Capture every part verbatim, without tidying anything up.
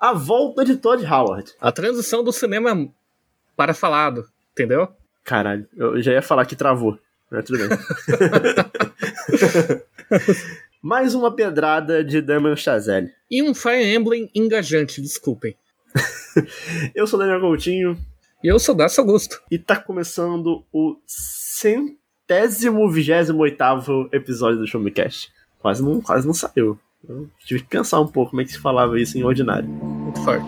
A volta de Todd Howard. A transição do cinema para falado, entendeu? Caralho, eu já ia falar que travou, mas tudo bem. Mais uma pedrada de Damien Chazelle. E um Fire Emblem engajante, desculpem. Eu sou o Daniel Coutinho. E eu sou o Dácio Augusto. E tá começando o centésimo, vigésimo oitavo episódio do Show Me Cast. Quase não, quase não saiu. Eu tive que pensar um pouco como é que se falava isso em ordinário. Muito forte.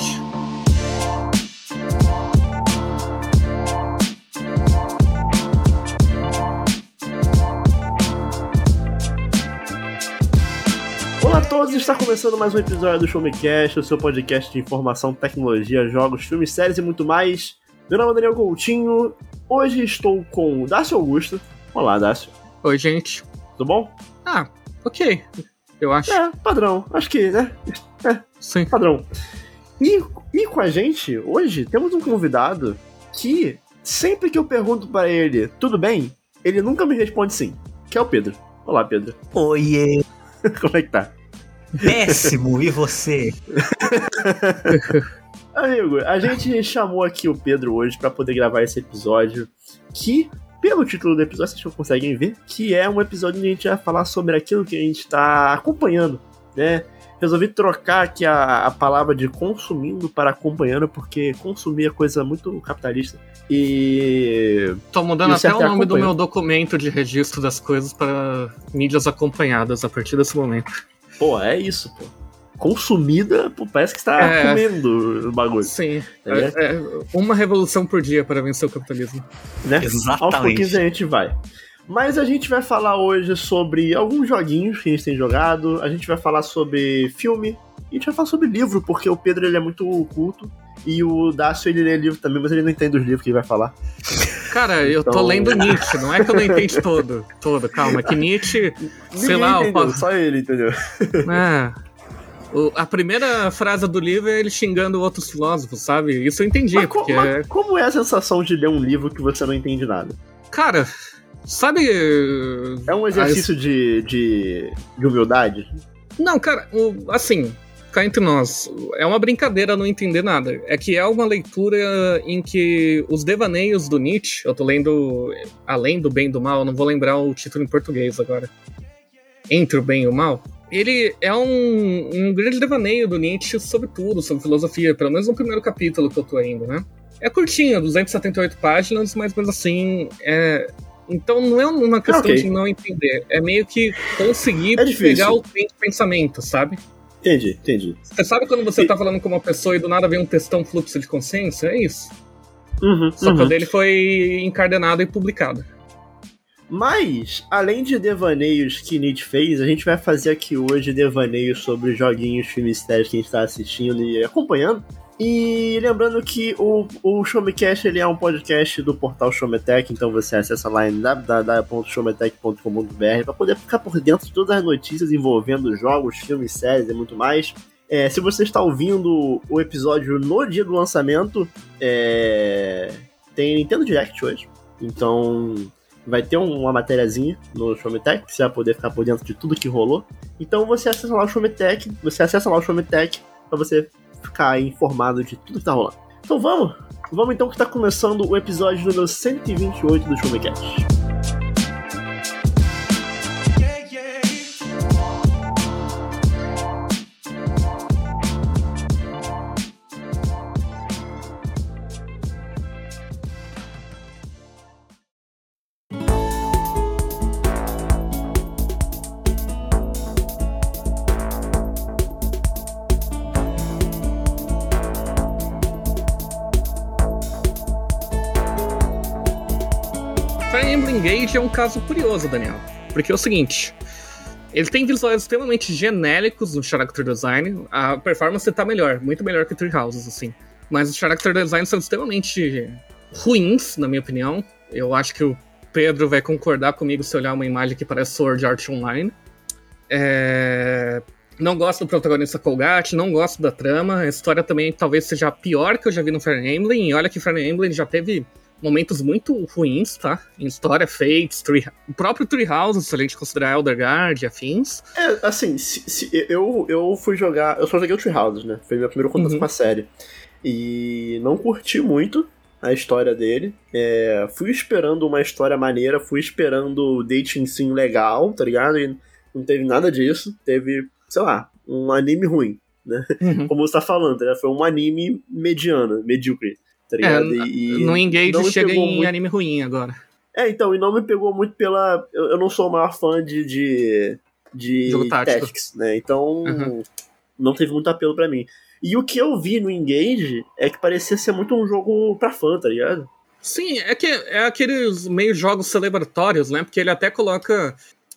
Olá a todos, está começando mais um episódio do Show Me Cast, o seu podcast de informação, tecnologia, jogos, filmes, séries e muito mais. Meu nome é Daniel Coutinho, hoje estou com o Dácio Augusto. Olá, Dácio. Oi, gente. Tudo bom? Ah, ok, eu acho. É, padrão, acho que, né? É, sim. Padrão. E, e com a gente, hoje, temos um convidado que, sempre que eu pergunto para ele, tudo bem? Ele nunca me responde sim, que é o Pedro. Olá, Pedro. Oiê. Como é que tá? Péssimo, e você? Amigo, a gente chamou aqui o Pedro hoje pra poder gravar esse episódio que, pelo título do episódio, vocês não conseguem ver, que é um episódio onde a gente vai falar sobre aquilo que a gente tá acompanhando, né? Resolvi trocar aqui a, a palavra de consumindo para acompanhando, porque consumir é coisa muito capitalista. E... Tô mudando e até o é nome do meu documento de registro das coisas para mídias acompanhadas a partir desse momento. Pô, é isso, pô. Consumida, pô, parece que você tá é, comendo o bagulho. Sim, tá é, é uma revolução por dia para vencer o capitalismo. Né? Exatamente. Aos pouquinhos a gente vai. Mas a gente vai falar hoje sobre alguns joguinhos que a gente tem jogado, a gente vai falar sobre filme, e a gente vai falar sobre livro, porque o Pedro ele é muito culto, e o Dácio ele lê livro também, mas ele não entende os livros que ele vai falar. Cara, eu então... tô lendo Nietzsche, não é que eu não entendo todo, todo, calma, é que Nietzsche, sei Ninguém lá... entendeu, o... só ele entendeu. É... O, a primeira frase do livro é ele xingando outros filósofos, sabe? Isso eu entendi, mas, porque... co- mas como é a sensação de ler um livro que você não entende nada? Cara... Sabe... É um exercício as... de, de, de humildade? Não, cara, assim, cá entre nós, é uma brincadeira não entender nada. É que é uma leitura em que os devaneios do Nietzsche, eu tô lendo Além do Bem e do Mal, não vou lembrar o título em português agora, Entre o Bem e o Mal, ele é um, um grande devaneio do Nietzsche sobre tudo, sobre filosofia, pelo menos no primeiro capítulo que eu tô indo, né? É curtinho, duzentas e setenta e oito páginas, mas mesmo assim, é... Então não é uma questão okay. de não entender, é meio que conseguir é pegar o trem de pensamento, sabe? Entendi, entendi. Você sabe quando você e... tá falando com uma pessoa e do nada vem um textão fluxo de consciência? É isso. Uhum, Só uhum. que o dele foi encadenado e publicado. Mas, além de devaneios que Nietzsche fez, a gente vai fazer aqui hoje devaneios sobre joguinhos, filmes e séries que a gente tá assistindo e acompanhando. E lembrando que o, o Show Me Cast, ele é um podcast do portal Showmetech, então você acessa lá em w w w ponto showmetech ponto com ponto b r para poder ficar por dentro de todas as notícias envolvendo jogos, filmes, séries e muito mais. É, se você está ouvindo o episódio no dia do lançamento, é, tem Nintendo Direct hoje, então vai ter uma matériazinha no Showmetech, que você vai poder ficar por dentro de tudo que rolou. Então você acessa lá o Showmetech, você acessa lá o Showmetech para você ficar informado de tudo que tá rolando. Então vamos, vamos então que tá começando o episódio número cento e vinte e oito do Show Me Cast. Fire Emblem Engage é um caso curioso, Daniel, porque é o seguinte, ele tem visuais extremamente genéricos no character design, a performance tá melhor, muito melhor que Three Houses, assim, mas os character designs são extremamente ruins, na minha opinião. Eu acho que o Pedro vai concordar comigo se olhar uma imagem que parece Sword Art Online. É... Não gosto do protagonista Colgate, não gosto da trama, a história também talvez seja a pior que eu já vi no Fire Emblem, e olha que Fire Emblem já teve momentos muito ruins, tá? Em história, Fates, Tree... o próprio Treehouse, se a gente considerar Elderguard e afins. É, assim, se, se, eu, eu fui jogar... Eu só joguei o Treehouse, né? Foi meu primeiro contato uhum. com a série. E não curti muito a história dele. É, fui esperando uma história maneira, fui esperando dating sim legal, tá ligado? E não teve nada disso. Teve, sei lá, um anime ruim, né? Uhum. Como você tá falando, né? Foi um anime mediano, medíocre, tá ligado? É, e, no Engage chega em muito... anime ruim agora. É, então, e não me pegou muito pela... Eu, eu não sou o maior fã de... de, de Jogo tático. Tactics, né? Então, uhum. não teve muito apelo pra mim. E o que eu vi no Engage é que parecia ser muito um jogo pra fã, tá ligado? Sim, é que é aqueles meio jogos celebratórios, né? Porque ele até coloca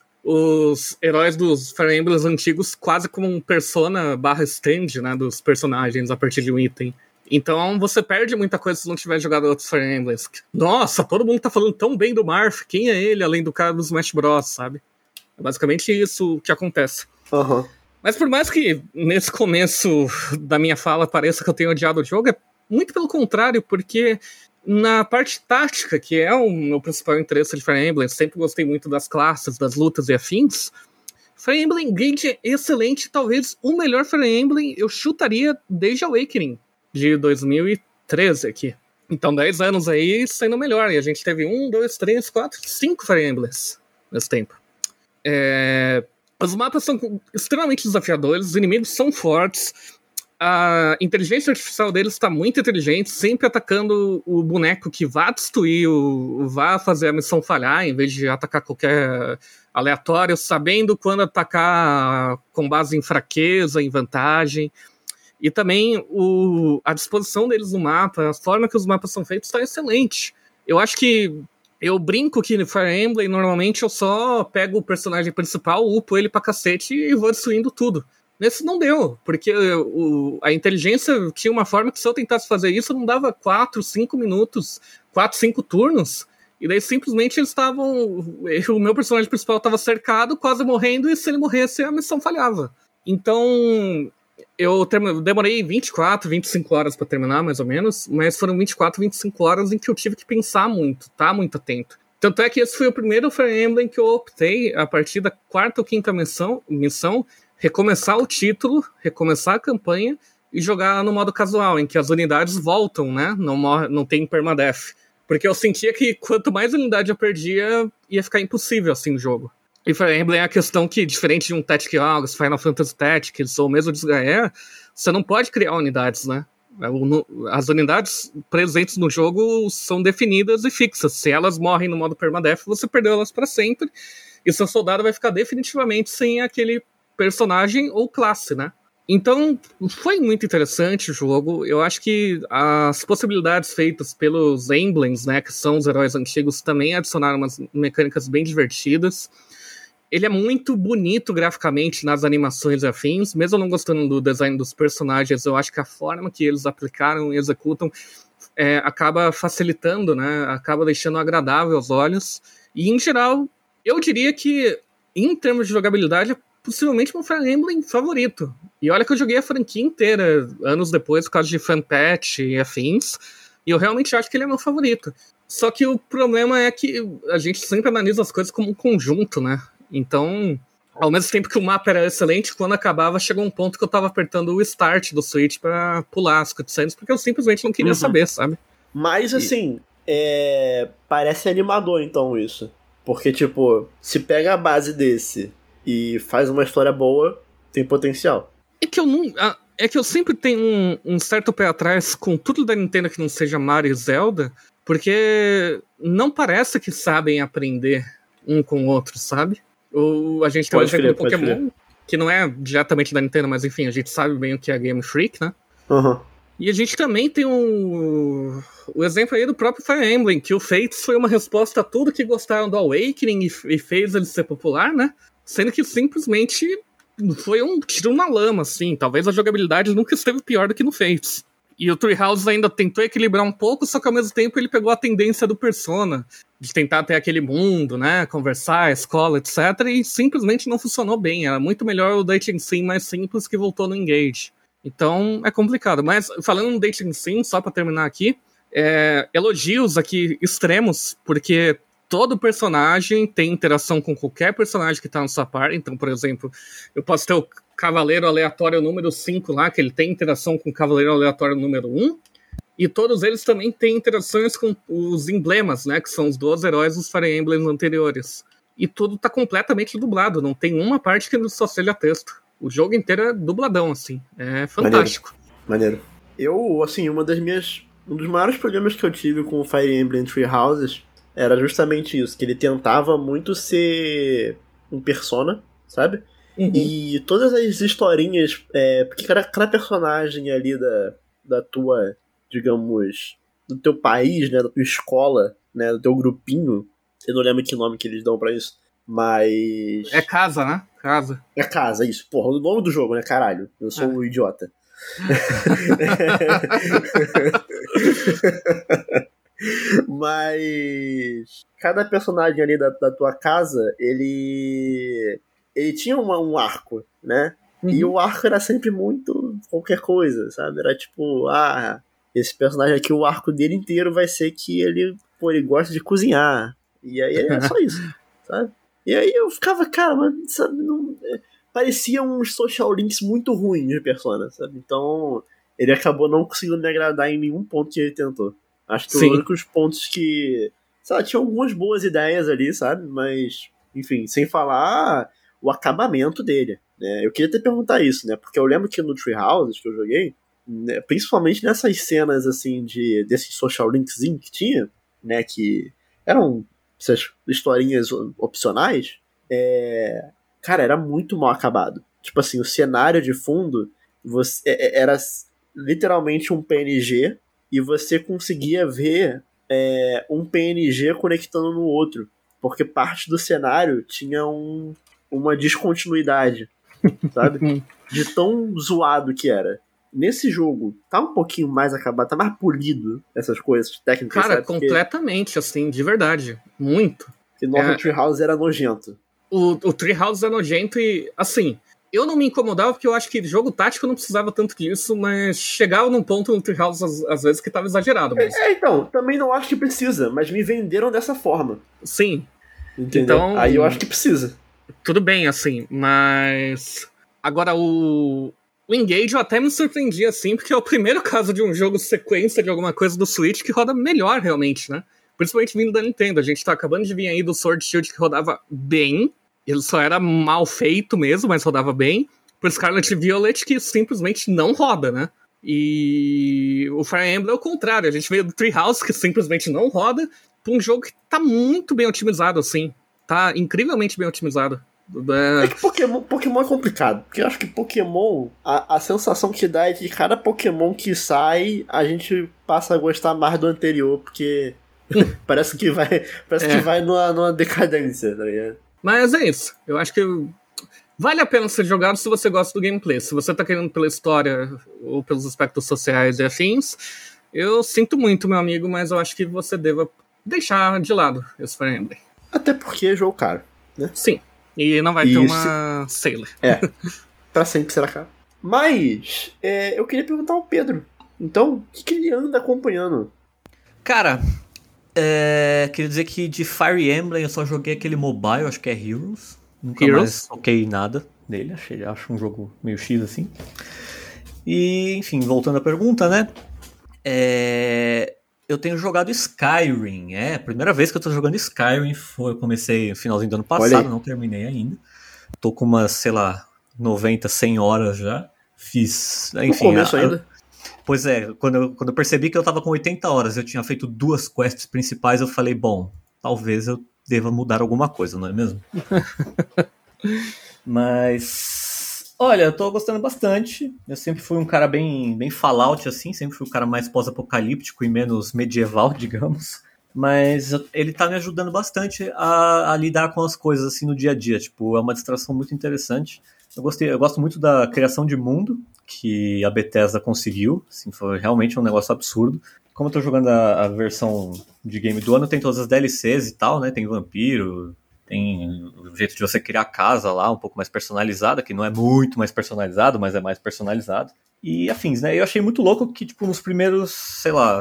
os heróis dos Fire Emblems antigos quase como um persona barra stand, né? Dos personagens a partir de um item. Então você perde muita coisa se não tiver jogado outros Fire Emblems. Nossa, todo mundo tá falando tão bem do Marth. Quem é ele, além do cara do Smash Bros, sabe? É basicamente isso que acontece. Aham. Uhum. Mas por mais que nesse começo da minha fala pareça que eu tenho odiado o jogo, é muito pelo contrário, porque na parte tática, que é o meu principal interesse de Fire Emblem, sempre gostei muito das classes, das lutas e afins, Fire Emblem Engage é excelente, talvez o melhor Fire Emblem eu chutaria desde Awakening, de dois mil e treze aqui. Então dez anos aí sendo melhor, e a gente teve um, dois, três, quatro, cinco Fire Emblems nesse tempo. É... Os mapas são extremamente desafiadores, os inimigos são fortes, a inteligência artificial deles está muito inteligente, sempre atacando o boneco que vá destruir, o, vá fazer a missão falhar, em vez de atacar qualquer aleatório, sabendo quando atacar com base em fraqueza, em vantagem. E também o, a disposição deles no mapa, a forma que os mapas são feitos está excelente. Eu acho que eu brinco que no Fire Emblem, normalmente eu só pego o personagem principal, upo ele pra cacete e vou destruindo tudo. Nesse não deu, porque o, a inteligência tinha uma forma que se eu tentasse fazer isso, não dava quatro, cinco minutos, quatro, cinco turnos, e daí simplesmente eles estavam... O meu personagem principal estava cercado, quase morrendo, e se ele morresse, a missão falhava. Então... Eu demorei vinte e quatro, vinte e cinco horas pra terminar, mais ou menos, mas foram vinte e quatro, vinte e cinco horas em que eu tive que pensar muito, tá muito atento. Tanto é que esse foi o primeiro Fire Emblem que eu optei, a partir da quarta ou quinta missão, missão recomeçar o título, recomeçar a campanha e jogar no modo casual, em que as unidades voltam, né? Não, morre, não tem permadeath. Porque eu sentia que quanto mais unidade eu perdia, ia ficar impossível assim o jogo. E Fire Emblem é a questão que, diferente de um Tactics Ogre, Final Fantasy Tactics ou mesmo Disgaea, você não pode criar unidades, né? As unidades presentes no jogo são definidas e fixas. Se elas morrem no modo permadeath, você perdeu elas para sempre, e seu soldado vai ficar definitivamente sem aquele personagem ou classe, né? Então, foi muito interessante o jogo. Eu acho que as possibilidades feitas pelos Emblems, né, que são os heróis antigos, também adicionaram umas mecânicas bem divertidas. Ele é muito bonito graficamente nas animações e afins, mesmo não gostando do design dos personagens, eu acho que a forma que eles aplicaram e executam é, acaba facilitando, né? Acaba deixando agradável aos olhos. E, em geral, eu diria que, em termos de jogabilidade, é possivelmente meu Fire Emblem favorito. E olha que eu joguei a franquia inteira, anos depois, por causa de fanpatch e afins, e eu realmente acho que ele é meu favorito. Só que o problema é que a gente sempre analisa as coisas como um conjunto, né? Então, ao mesmo tempo que o mapa era excelente, quando acabava, chegou um ponto que eu tava apertando o start do Switch pra pular as cutscenes, porque eu simplesmente não queria uhum. saber, sabe? Mas, assim, e... é... parece animador, então, isso. Porque, tipo, se pega a base desse e faz uma história boa, tem potencial. É que eu não... É que eu sempre tenho um, um certo pé atrás com tudo da Nintendo que não seja Mario e Zelda, porque não parece que sabem aprender um com o outro, sabe? Ou a gente tem um exemplo do Pokémon, que não é diretamente da Nintendo, mas enfim, a gente sabe bem o que é Game Freak, né? Uhum. E a gente também tem um, o exemplo aí do próprio Fire Emblem, que o Fates foi uma resposta a tudo que gostaram do Awakening e, e fez ele ser popular, né? Sendo que simplesmente foi um tiro na lama, assim. Talvez a jogabilidade nunca esteve pior do que no Fates. E o Treehouse ainda tentou equilibrar um pouco, só que ao mesmo tempo ele pegou a tendência do Persona, de tentar ter aquele mundo, né, conversar, escola, etcétera, e simplesmente não funcionou bem. Era muito melhor o Dating Sim mais simples que voltou no Engage. Então, é complicado. Mas, falando no Dating Sim, só pra terminar aqui, é, elogios aqui extremos, porque todo personagem tem interação com qualquer personagem que tá na sua par. Então, por exemplo, eu posso ter o Cavaleiro Aleatório número cinco lá, que ele tem interação com o Cavaleiro Aleatório número um, e todos eles também têm interações com os emblemas, né, que são os doze heróis dos Fire Emblems anteriores. E tudo tá completamente dublado, não tem uma parte que só seja texto. O jogo inteiro é dubladão, assim, é fantástico. Maneiro. Maneiro. Eu, assim, uma das minhas... Um dos maiores problemas que eu tive com o Fire Emblem Three Houses era justamente isso, que ele tentava muito ser um Persona, sabe? Uhum. E todas as historinhas, é, porque cada, cada personagem ali da, da tua, digamos, do teu país, né, da tua escola, né, do teu grupinho, eu não lembro que nome que eles dão pra isso, mas... É casa, né? Casa. É casa, isso. Porra, o nome do jogo, né, caralho? Eu sou é. um idiota. Mas cada personagem ali da, da tua casa, ele ele tinha uma, um arco, né? Uhum. E o arco era sempre muito qualquer coisa, sabe? Era tipo, ah, esse personagem aqui, o arco dele inteiro vai ser que ele, pô, ele gosta de cozinhar. E aí é só isso, sabe? E aí eu ficava, cara, mas sabe, não... parecia uns social links muito ruins de Persona, sabe? Então ele acabou não conseguindo me agradar em nenhum ponto que ele tentou. Acho que Sim. os únicos pontos que... sei lá, tinha algumas boas ideias ali, sabe? Mas, enfim, sem falar o acabamento dele, né? Eu queria até perguntar isso, né? Porque eu lembro que no Three Houses que eu joguei, né, principalmente nessas cenas, assim, de, desses social linkzinho que tinha, né? Que eram essas historinhas opcionais, é... cara, era muito mal acabado. Tipo assim, o cenário de fundo você, era literalmente um P N G e você conseguia ver é, um P N G conectando no outro, porque parte do cenário tinha um, uma descontinuidade, sabe? De tão zoado que era. Nesse jogo, tá um pouquinho mais acabado, tá mais polido essas coisas técnicas. Cara, sabe? completamente, porque... assim, de verdade. Muito. Porque Nova é... Tree House era nojento. O, o Three Houses é nojento e, assim, eu não me incomodava porque eu acho que jogo tático não precisava tanto disso, mas chegava num ponto no Three Houses, às, às vezes, que tava exagerado mesmo. É, então, também não acho que precisa, mas me venderam dessa forma. Sim. Entendeu? Então, aí eu acho que precisa. Tudo bem, assim, mas... Agora, o... O Engage eu até me surpreendi, assim, porque é o primeiro caso de um jogo sequência de alguma coisa do Switch que roda melhor, realmente, né? Principalmente vindo da Nintendo. A gente tá acabando de vir aí do Sword Shield que rodava bem. Ele só era mal feito mesmo, mas rodava bem. Pro Scarlet Violet, que simplesmente não roda, né? E o Fire Emblem é o contrário. A gente veio do Three Houses, que simplesmente não roda, pra um jogo que tá muito bem otimizado, assim. Tá incrivelmente bem otimizado. É que Pokémon, Pokémon é complicado. Porque eu acho que Pokémon, a, a sensação que dá é que cada Pokémon que sai, a gente passa a gostar mais do anterior, porque parece que vai, parece é. que vai numa, numa decadência, tá ligado? Mas é isso. Eu acho que vale a pena ser jogado se você gosta do gameplay. Se você tá querendo pela história ou pelos aspectos sociais e afins, eu sinto muito, meu amigo, mas eu acho que você deva deixar de lado esse Fire Emblem. Até porque é jogo caro, né? Sim. E não vai e ter uma se... Sailor. É. Pra sempre será caro. Mas, é, eu queria perguntar ao Pedro. Então, o que, que ele anda acompanhando? Cara, é, queria dizer que de Fire Emblem eu só joguei aquele mobile, acho que é Heroes. Nunca Heroes? mais toquei nada nele. Achei, acho um jogo meio X assim. E, enfim, voltando à pergunta, né? É... Eu tenho jogado Skyrim, é, a primeira vez que eu tô jogando Skyrim foi, eu comecei no finalzinho do ano passado, não terminei ainda. Tô com umas, sei lá, noventa, cem horas já. Fiz, enfim... No começo a, ainda? Pois é, quando eu, quando eu percebi que eu tava com oitenta horas, eu tinha feito duas quests principais, eu falei, bom, talvez eu deva mudar alguma coisa, não é mesmo? Mas... Olha, eu tô gostando bastante. Eu sempre fui um cara bem, bem Fallout, assim. Sempre fui um cara mais pós-apocalíptico e menos medieval, digamos. Mas ele tá me ajudando bastante a, a lidar com as coisas, assim, no dia a dia. Tipo, é uma distração muito interessante. Eu, gostei, eu gosto muito da criação de mundo que a Bethesda conseguiu. Assim, foi realmente um negócio absurdo. Como eu tô jogando a, a versão de game do ano, tem todas as D L Cs e tal, né? Tem vampiro... Tem o jeito de você criar casa lá, um pouco mais personalizada, que não é muito mais personalizado, mas é mais personalizado. E afins, né? Eu achei muito louco que, tipo, nos primeiros, sei lá,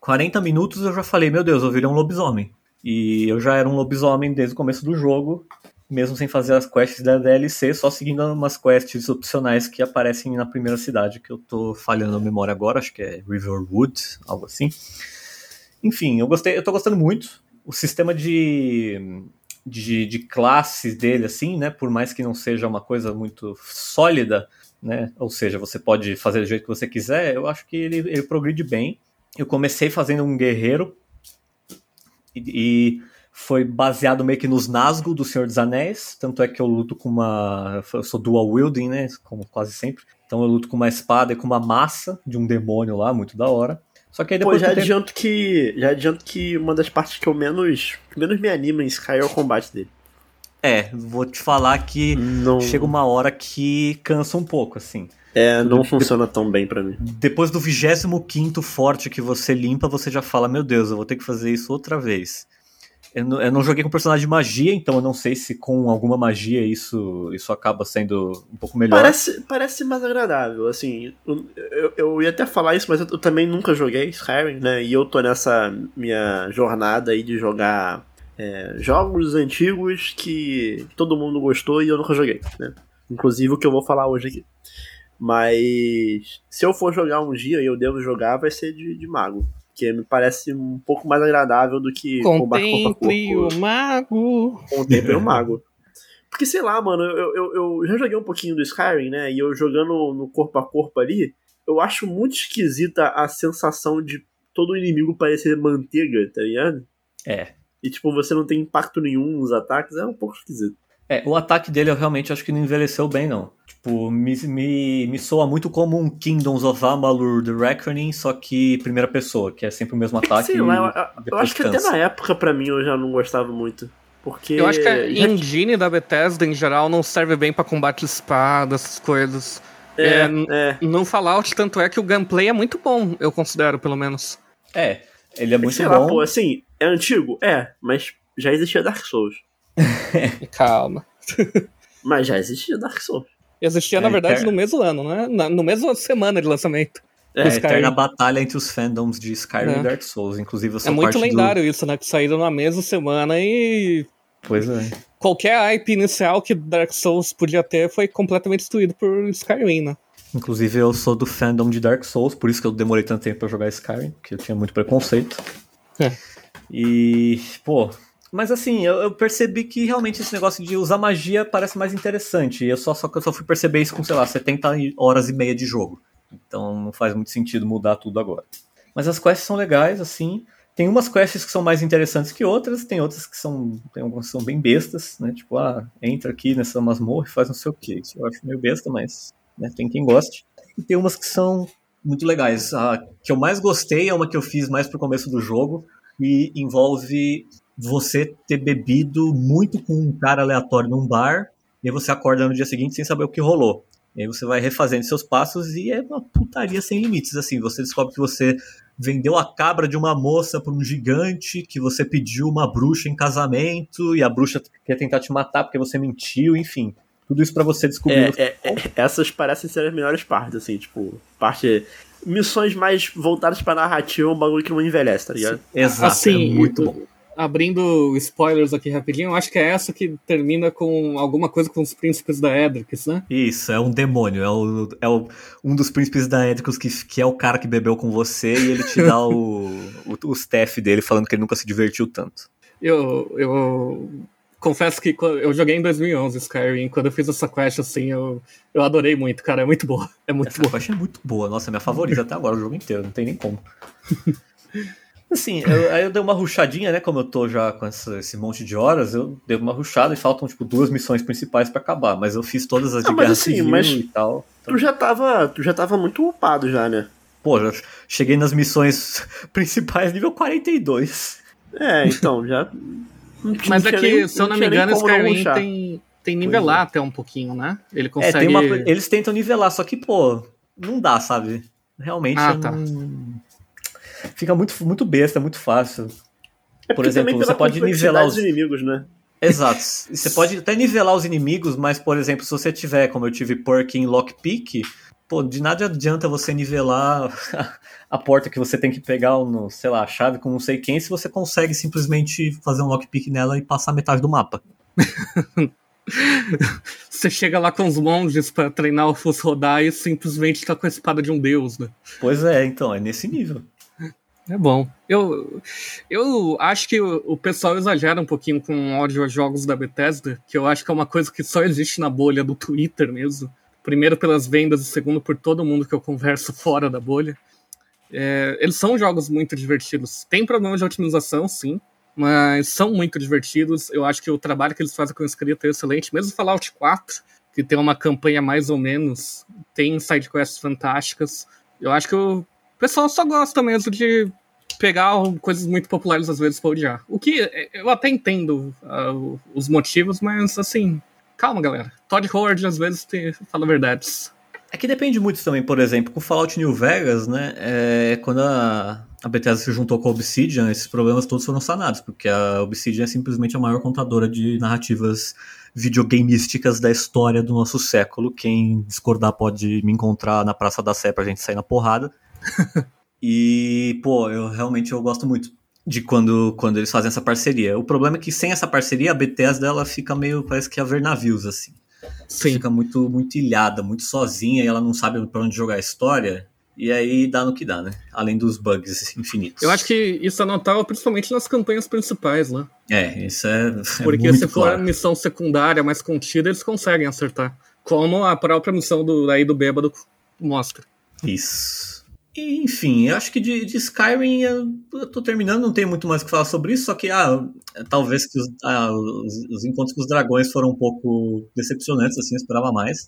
quarenta minutos eu já falei, meu Deus, eu virei um lobisomem. E eu já era um lobisomem desde o começo do jogo, mesmo sem fazer as quests da D L C, só seguindo umas quests opcionais que aparecem na primeira cidade, que eu tô falhando a memória agora, acho que é Riverwood, algo assim. Enfim, eu gostei, eu tô gostando muito. O sistema de, de, de classes dele, assim, né, por mais que não seja uma coisa muito sólida, né, ou seja, você pode fazer do jeito que você quiser, eu acho que ele, ele progride bem. Eu comecei fazendo um guerreiro, e, e foi baseado meio que nos Nazgûl do Senhor dos Anéis, tanto é que eu luto com uma... eu sou dual wielding, né, como quase sempre, então eu luto com uma espada e com uma massa de um demônio lá, muito da hora. Só que aí depois Pô, já tempo... adianto que já adianto que uma das partes que eu menos que menos me anima em Sky é o combate dele. É, vou te falar que não... chega uma hora que cansa um pouco, assim. É, não de... funciona tão bem pra mim. Depois do vigésimo quinto forte que você limpa, você já fala, meu Deus, eu vou ter que fazer isso outra vez. Eu não, eu não joguei com personagem de magia, então eu não sei se com alguma magia isso, isso acaba sendo um pouco melhor. Parece, parece mais agradável, assim, eu, eu, eu ia até falar isso, mas eu, eu também nunca joguei Skyrim, né, e eu tô nessa minha jornada aí de jogar é, jogos antigos que todo mundo gostou e eu nunca joguei, né, inclusive o que eu vou falar hoje aqui. Mas se eu for jogar um dia e eu devo jogar, vai ser de, de mago. Que me parece um pouco mais agradável do que combate corpo a corpo. O mago. Contemple o mago. Porque, sei lá, mano, eu, eu, eu já joguei um pouquinho do Skyrim, né? E eu jogando no corpo a corpo ali, eu acho muito esquisita a sensação de todo inimigo parecer manteiga, tá ligado? É. E, tipo, você não tem impacto nenhum nos ataques, é um pouco esquisito. É, o ataque dele eu realmente acho que não envelheceu bem, não. Tipo, me, me, me soa muito como um Kingdoms of Amalur The Reckoning, só que primeira pessoa, que é sempre o mesmo ataque. Sei lá, eu, eu acho que cansa. até na época, pra mim, eu já não gostava muito. Porque... Eu acho que a engine da Bethesda, em geral, não serve bem pra combate de espada, essas coisas. É, é, é. No Fallout, tanto é que o gameplay é muito bom, eu considero, pelo menos. É, ele é muito Sei bom. Lá, pô, assim, é antigo? É, mas já existia Dark Souls. Calma. Mas já existia Dark Souls. Existia, é, na verdade, eterna... no mesmo ano, né? Na, no mesmo semana de lançamento. É, a eterna batalha entre os fandoms de Skyrim é. e Dark Souls. Inclusive, eu sou É muito parte lendário do... isso, né? Que saíram na mesma semana e... Pois é. Qualquer hype inicial que Dark Souls podia ter foi completamente destruído por Skyrim, né? Inclusive, eu sou do fandom de Dark Souls, por isso que eu demorei tanto tempo pra jogar Skyrim, porque eu tinha muito preconceito. É. E, pô... Mas assim, eu, eu percebi que realmente esse negócio de usar magia parece mais interessante. E eu só, só que eu só fui perceber isso com, sei lá, setenta horas e meia de jogo. Então não faz muito sentido mudar tudo agora. Mas as quests são legais, assim. Tem umas quests que são mais interessantes que outras, tem outras que são, tem algumas que são bem bestas, né? Tipo, ah, entra aqui nessa masmorra e faz não sei o quê. Isso eu acho meio besta, mas né, tem quem goste. E tem umas que são muito legais. A que eu mais gostei é uma que eu fiz mais pro começo do jogo, e envolve... você ter bebido muito com um cara aleatório num bar, e aí você acorda no dia seguinte sem saber o que rolou. E aí você vai refazendo seus passos e é uma putaria sem limites, assim. Você descobre que você vendeu a cabra de uma moça para um gigante, que você pediu uma bruxa em casamento, e a bruxa quer tentar te matar porque você mentiu, enfim. Tudo isso pra você descobrir. É, é, é, essas parecem ser as melhores partes, assim, tipo, parte... Missões mais voltadas pra narrativa, um bagulho que não envelhece, tá ligado? Exato, assim, é muito bom. Abrindo spoilers aqui rapidinho, acho que é essa que termina com alguma coisa com os príncipes da Edricus, né? Isso, é um demônio, é, o, é o, um dos príncipes da Edricus que, que é o cara que bebeu com você e ele te dá o, o, o staff dele falando que ele nunca se divertiu tanto. Eu, eu confesso que eu joguei em dois mil e onze Skyrim, quando eu fiz essa quest assim, eu, eu adorei muito, cara, é muito boa. É muito essa boa. quest é muito boa, nossa, é minha favorita até agora, o jogo inteiro, não tem nem como. Assim, eu, aí eu dei uma rushadinha, né, como eu tô já com essa, esse monte de horas, eu dei uma rushada e faltam, tipo, duas missões principais pra acabar, mas eu fiz todas as de ah, guerra assim, civil mas e tal. Então... Tu já tava, tu já tava muito upado já, né? Pô, já cheguei nas missões principais nível quarenta e dois. É, então, já... Mas é que, nem, se eu não me engano, o Skyrim tem, tem nivelar até um pouquinho, né? Ele consegue... É, tem uma, eles tentam nivelar, só que, pô, não dá, sabe? Realmente, ah, tá. não... Fica muito, muito besta, muito fácil. É por exemplo, você pode nivelar os inimigos, né? Exato. Você pode até nivelar os inimigos, mas, por exemplo, se você tiver, como eu tive perk em lockpick, Pô, de nada adianta você nivelar a porta que você tem que pegar, no, sei lá, a chave com não sei quem, se você consegue simplesmente fazer um lockpick nela e passar metade do mapa. Você chega lá com os monges pra treinar o Fus rodar e simplesmente tá com a espada de um deus, né? Pois é, então, é nesse nível. É bom. Eu, eu acho que o, o pessoal exagera um pouquinho com ódio a jogos da Bethesda, que eu acho que é uma coisa que só existe na bolha do Twitter mesmo. Primeiro pelas vendas e segundo por todo mundo que eu converso fora da bolha. É, eles são jogos muito divertidos. Tem problemas de otimização, sim, mas são muito divertidos. Eu acho que o trabalho que eles fazem com a escrita é excelente. Mesmo Fallout quatro, que tem uma campanha mais ou menos, tem sidequests fantásticas. Eu acho que o pessoal só gosta mesmo de pegar coisas muito populares às vezes pra odiar. O que eu até entendo uh, os motivos, mas assim, calma, galera. Todd Howard às vezes te, fala verdades. É que depende muito também, por exemplo, com Fallout New Vegas, né? É, quando a, a Bethesda se juntou com a Obsidian, esses problemas todos foram sanados, porque a Obsidian é simplesmente a maior contadora de narrativas videogameísticas da história do nosso século. Quem discordar pode me encontrar na Praça da Sé pra gente sair na porrada. E, pô, eu realmente eu gosto muito de quando, quando eles fazem essa parceria. O problema é que sem essa parceria, a Bethesda ela fica meio, parece que a ver navios, assim. Sim. Fica muito, muito ilhada, muito sozinha, e ela não sabe pra onde jogar a história. E aí dá no que dá, né? Além dos bugs infinitos. Eu acho que isso é notável principalmente nas campanhas principais, né? É, isso é, é Porque muito se for claro. a missão secundária mais contida, eles conseguem acertar. Como a própria missão do, aí do Bêbado mostra. Isso. E, enfim, eu acho que de, de Skyrim eu, eu tô terminando, não tenho muito mais o que falar sobre isso, só que ah, talvez que os, ah, os, os encontros com os dragões foram um pouco decepcionantes, assim, eu esperava mais.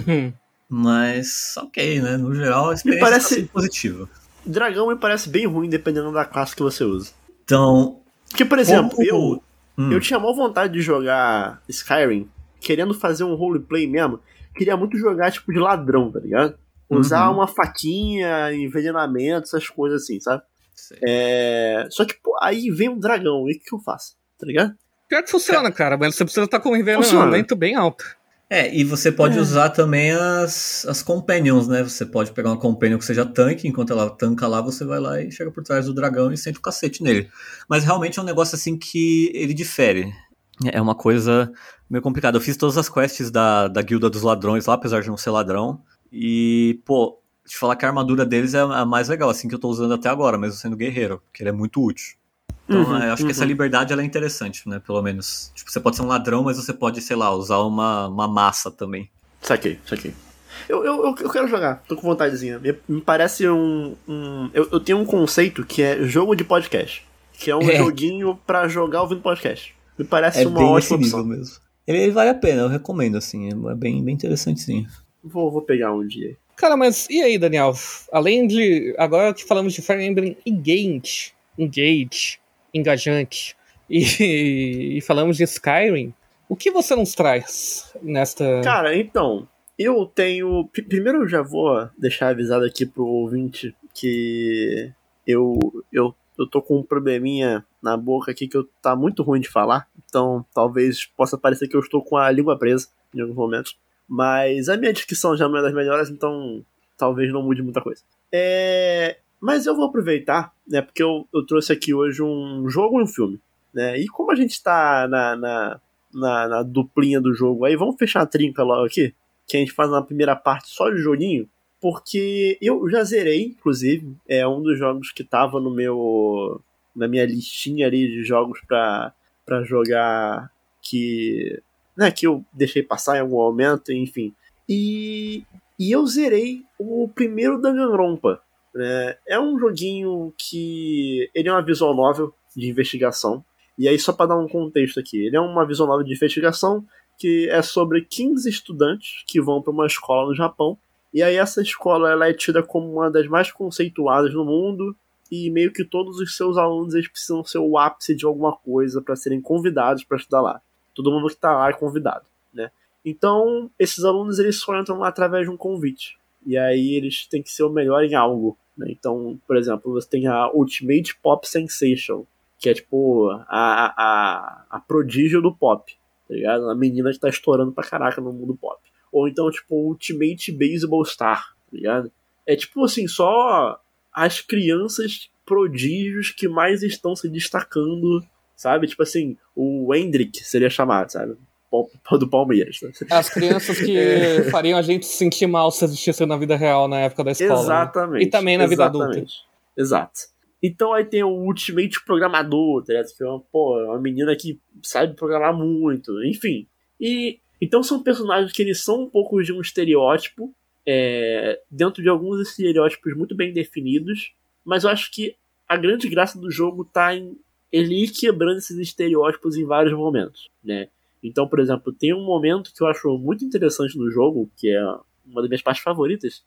Mas, ok, né? No geral, a experiência Me parece- tá sendo positiva. Dragão me parece bem ruim dependendo da classe que você usa. Então, Porque, por exemplo, como- eu, Hum. eu tinha maior vontade de jogar Skyrim, querendo fazer um roleplay mesmo. Queria muito jogar tipo de ladrão, tá ligado? Usar Uhum. uma faquinha, envenenamento, essas coisas assim, sabe? Sei. É... Só que, pô, aí vem um dragão, e o que, que eu faço? Tá ligado? Pior que funciona, cara, mas você precisa estar com um Funciona. envenenamento bem alto. É, e você pode É. usar também as, as companions, né? Você pode pegar uma companion que seja tanque, enquanto ela tanca lá, você vai lá e chega por trás do dragão e sente o cacete nele. Mas realmente é um negócio assim que ele difere. É uma coisa meio complicada. Eu fiz todas as quests da, da Guilda dos Ladrões lá, apesar de não ser ladrão. E, pô, te falar que a armadura deles é a mais legal, assim, que eu tô usando até agora, mesmo sendo guerreiro, porque ele é muito útil. Então, Uhum, eu acho uhum. que essa liberdade ela é interessante, né? Pelo menos. Tipo, você pode ser um ladrão, mas você pode, sei lá, usar uma, uma massa também. Saquei, saquei. Eu, eu, eu, eu quero jogar, tô com vontadezinha. Me, me parece um. um eu, eu tenho um conceito que é jogo de podcast. Que é um É. joguinho pra jogar ouvindo podcast. Me parece uma ótima opção. mesmo. Ele, ele vale a pena, eu recomendo, assim. É bem, bem interessante, sim. Vou, vou pegar um dia. Cara, mas e aí, Daniel? Além de... Agora que falamos de Fire Emblem Engage, Engage, engajante, e, e falamos de Skyrim, o que você nos traz nesta... Cara, então, eu tenho. p- Primeiro eu já vou deixar avisado aqui pro ouvinte que eu, eu, eu tô com um probleminha na boca aqui que eu, tá muito ruim de falar. Então talvez possa parecer que eu estou com a língua presa em alguns momentos. Mas a minha dicção já não é das melhores, então talvez não mude muita coisa. É, mas eu vou aproveitar, né? Porque eu, eu trouxe aqui hoje um jogo e um filme. Né? E como a gente tá na, na, na, na duplinha do jogo aí, vamos fechar a trinca logo aqui, que a gente faz na primeira parte só de joguinho, porque eu já zerei, inclusive, é um dos jogos que tava no meu, na minha listinha ali de jogos pra, pra jogar que, né, que eu deixei passar em algum momento, enfim. E, e eu zerei o primeiro Danganronpa, né? É um joguinho que ele é uma visual novel de investigação. E aí, só para dar um contexto aqui, ele é uma visual novel de investigação que é sobre quinze estudantes que vão para uma escola no Japão. E aí essa escola ela é tida como uma das mais conceituadas no mundo e meio que todos os seus alunos eles precisam ser o ápice de alguma coisa para serem convidados para estudar lá. Todo mundo que está lá é convidado, né? Então, esses alunos eles só entram lá através de um convite. E aí eles têm que ser o melhor em algo, né? Então, por exemplo, você tem a Ultimate Pop Sensation, que é tipo a, a, a prodígio do pop, tá ligado? A menina que tá estourando pra caraca no mundo pop. Ou então, tipo, Ultimate Baseball Star, ligado? É tipo assim, só as crianças prodígios que mais estão se destacando, sabe? Tipo assim, o Hendrick seria chamado, sabe? Do Palmeiras. As crianças que é. fariam a gente se sentir mal se existisse na vida real na época da escola. Exatamente. Né? E também na vida exatamente. adulta. Exato. Então aí tem o Ultimate Programador, tá ligado? Que é uma, pô, uma menina que sabe programar muito, enfim. E então são personagens que eles são um pouco de um estereótipo, é, dentro de alguns estereótipos muito bem definidos, mas eu acho que a grande graça do jogo tá em ele ir quebrando esses estereótipos em vários momentos, né? Então, por exemplo, tem um momento que eu acho muito interessante no jogo, que é uma das minhas partes favoritas,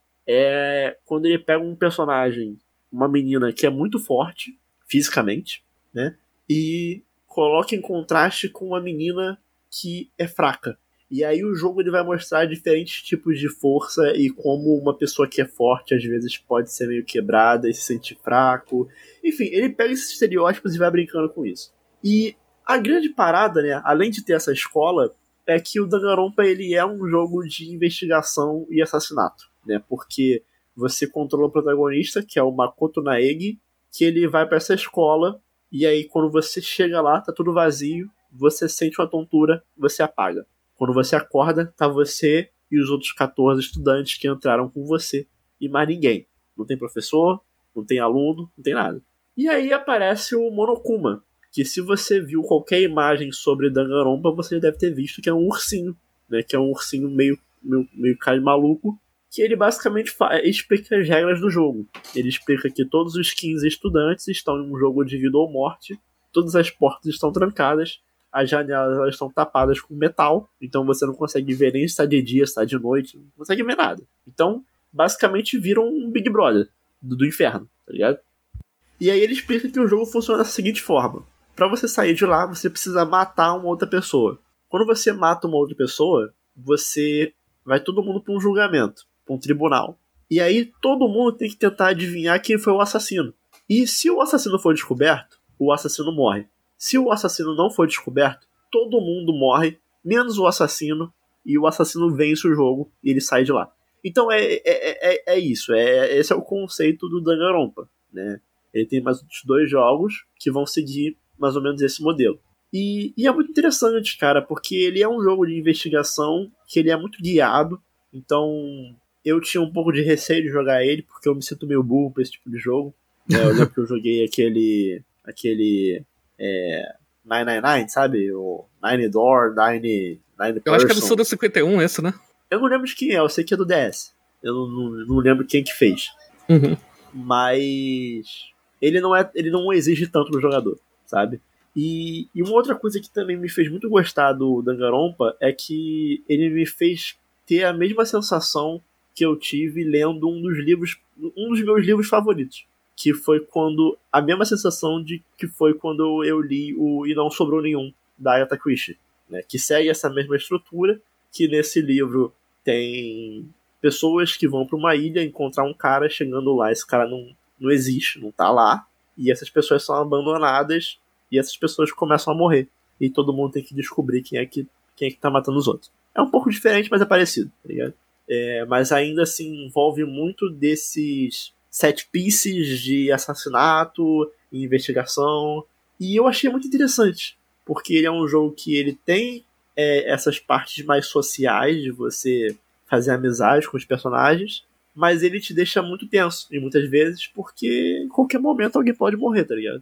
é quando ele pega um personagem, uma menina que é muito forte, fisicamente, né? E coloca em contraste com uma menina que é fraca. E aí o jogo ele vai mostrar diferentes tipos de força e como uma pessoa que é forte às vezes pode ser meio quebrada e se sentir fraco. Enfim, ele pega esses estereótipos e vai brincando com isso. E a grande parada, né, além de ter essa escola, é que o Danganronpa ele é um jogo de investigação e assassinato, né? Porque você controla o protagonista, que é o Makoto Naegi, que ele vai para essa escola e aí quando você chega lá, tá tudo vazio, você sente uma tontura, você apaga. Quando você acorda, tá você e os outros catorze estudantes que entraram com você e mais ninguém. Não tem professor, não tem aluno, não tem nada. E aí aparece o Monokuma, que se você viu qualquer imagem sobre Danganronpa, você deve ter visto que é um ursinho, né? Que é um ursinho meio, meio, meio cara de maluco, que ele basicamente explica as regras do jogo. Ele explica que todos os quinze estudantes estão em um jogo de vida ou morte, todas as portas estão trancadas, as janelas elas estão tapadas com metal, então você não consegue ver nem se está de dia, se está de noite, não consegue ver nada. Então, basicamente, viram um Big Brother do, do inferno, tá ligado? E aí ele explica que o jogo funciona da seguinte forma. Pra você sair de lá, você precisa matar uma outra pessoa. Quando você mata uma outra pessoa, você vai todo mundo pra um julgamento, pra um tribunal. E aí todo mundo tem que tentar adivinhar quem foi o assassino. E se o assassino for descoberto, o assassino morre. Se o assassino não for descoberto, todo mundo morre, menos o assassino, e o assassino vence o jogo e ele sai de lá. Então é, é, é, é isso, é, esse é o conceito do Danganronpa, né? Ele tem mais outros dois jogos que vão seguir mais ou menos esse modelo. E, e é muito interessante, cara, porque ele é um jogo de investigação que ele é muito guiado, então eu tinha um pouco de receio de jogar ele, porque eu me sinto meio burro pra esse tipo de jogo. É, eu lembro que eu joguei aquele... aquele É, nove nove nove, sabe? O Nine Door, Nine, Nine Eu acho que é do Suda cinquenta e um esse, né? Eu não lembro de quem é, eu sei que é do D S. Eu não, não, não lembro quem que fez. Uhum. Mas ele não, é, ele não exige tanto do jogador, sabe? E, e uma outra coisa que também me fez muito gostar do Danganronpa é que ele me fez ter a mesma sensação que eu tive lendo um dos livros, um dos meus livros favoritos. Que foi quando... A mesma sensação de que foi quando eu li o E Não Sobrou Nenhum, da Agatha Christie, né? Que segue essa mesma estrutura, que nesse livro tem pessoas que vão para uma ilha encontrar um cara, chegando lá, esse cara não, não existe, não tá lá, e essas pessoas são abandonadas, e essas pessoas começam a morrer. E todo mundo tem que descobrir quem é que, quem é que tá matando os outros. É um pouco diferente, mas é parecido, tá ligado? É, mas ainda assim envolve muito desses... set pieces de assassinato e investigação. E eu achei muito interessante, porque ele é um jogo que ele tem é, essas partes mais sociais de você fazer amizade com os personagens, mas ele te deixa muito tenso, e muitas vezes, porque em qualquer momento alguém pode morrer, tá ligado?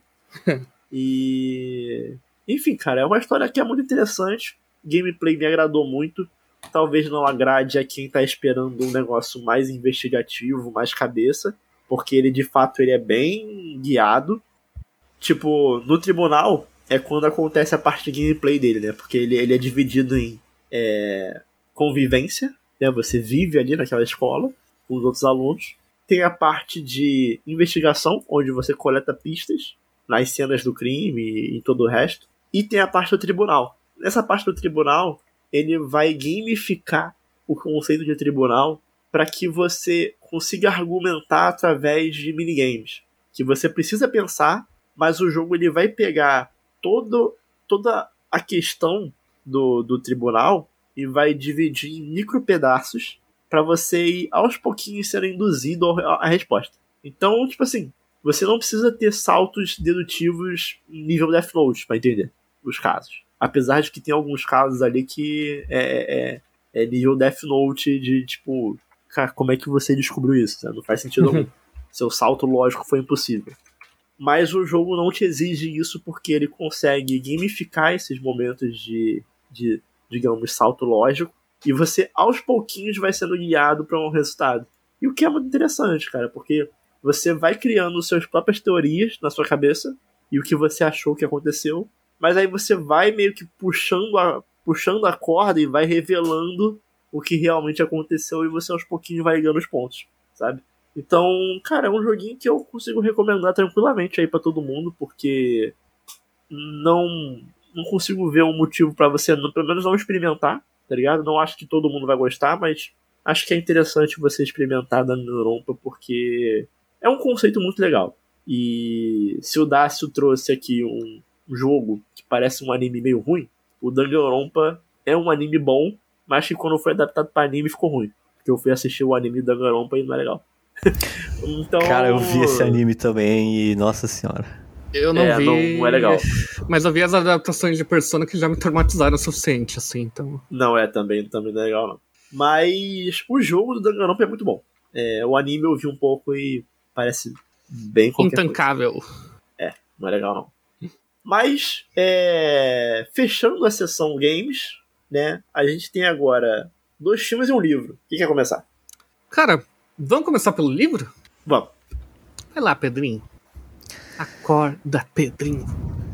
E... Enfim, cara, é uma história que é muito interessante, o gameplay me agradou muito, talvez não agrade a quem tá esperando um negócio mais investigativo, mais cabeça, porque ele, de fato, ele é bem guiado. Tipo, no tribunal é quando acontece a parte de gameplay dele, né? Porque ele, ele é dividido em é, convivência, né? Você vive ali naquela escola com os outros alunos. Tem a parte de investigação, onde você coleta pistas nas cenas do crime e, e todo o resto. E tem a parte do tribunal. Nessa parte do tribunal, ele vai gamificar o conceito de tribunal para que você consiga argumentar através de minigames. Que você precisa pensar, mas o jogo ele vai pegar todo, toda a questão do, do tribunal e vai dividir em micro pedaços pra você ir aos pouquinhos sendo induzido à resposta. Então, tipo assim, você não precisa ter saltos dedutivos nível Death Note pra entender os casos. Apesar de que tem alguns casos ali que é, é, é nível Death Note de, tipo, cara, como é que você descobriu isso? Né? Não faz sentido algum. Seu salto lógico foi impossível. Mas o jogo não te exige isso porque ele consegue gamificar esses momentos de, de digamos, salto lógico, e você, aos pouquinhos, vai sendo guiado para um resultado. E o que é muito interessante, cara, porque você vai criando suas próprias teorias na sua cabeça, e o que você achou que aconteceu, mas aí você vai meio que puxando a, puxando a corda e vai revelando o que realmente aconteceu, e você aos pouquinhos vai ligando os pontos, sabe? Então, cara, é um joguinho que eu consigo recomendar tranquilamente aí pra todo mundo, porque não, não consigo ver um motivo pra você, pelo menos, não experimentar, tá ligado? Não acho que todo mundo vai gostar, mas acho que é interessante você experimentar Danganronpa, porque é um conceito muito legal. E se o Dácio trouxe aqui um jogo que parece um anime meio ruim, o Danganronpa é um anime bom, mas que quando foi adaptado pra anime ficou ruim. Porque eu fui assistir o anime Danganronpa e não é legal. Então... Cara, eu vi esse anime também e, nossa senhora. Eu não é, vi. Não, não é legal. Mas eu vi as adaptações de Persona que já me traumatizaram o suficiente, assim, então. Não é também, também não é legal, não. Mas o jogo do Danganronpa é muito bom. É, o anime eu vi um pouco e parece bem qualquer intancável. coisa. É, não é legal, não. Mas, é, fechando a sessão games, né, a gente tem agora dois filmes e um livro. Quem quer começar? Cara, vamos começar pelo livro? Vamos. Vai lá, Pedrinho. Acorda, Pedrinho.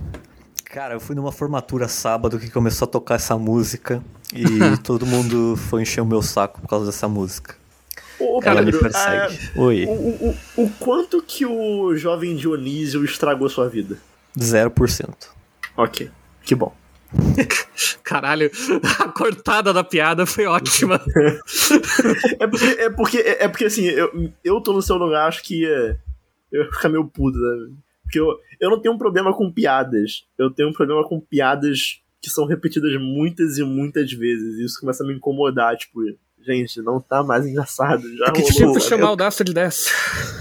Cara, eu fui numa formatura sábado que começou a tocar essa música e todo mundo foi encher o meu saco por causa dessa música. Ô, Ela Pedro, me persegue. a, Oi. O, o, o, o quanto que o jovem Dionísio estragou sua vida? Zero por cento. Ok, que bom. Caralho, a cortada da piada foi ótima. é, porque, é, porque, é porque assim, eu, eu tô no seu lugar, acho que é, eu ia ficar meio puto, né? Porque eu, eu não tenho um problema com piadas. Eu tenho um problema com piadas que são repetidas muitas e muitas vezes. E isso começa a me incomodar, tipo, gente, não tá mais engraçado. Já é que rolou. tipo chamar eu... o Daço de dez.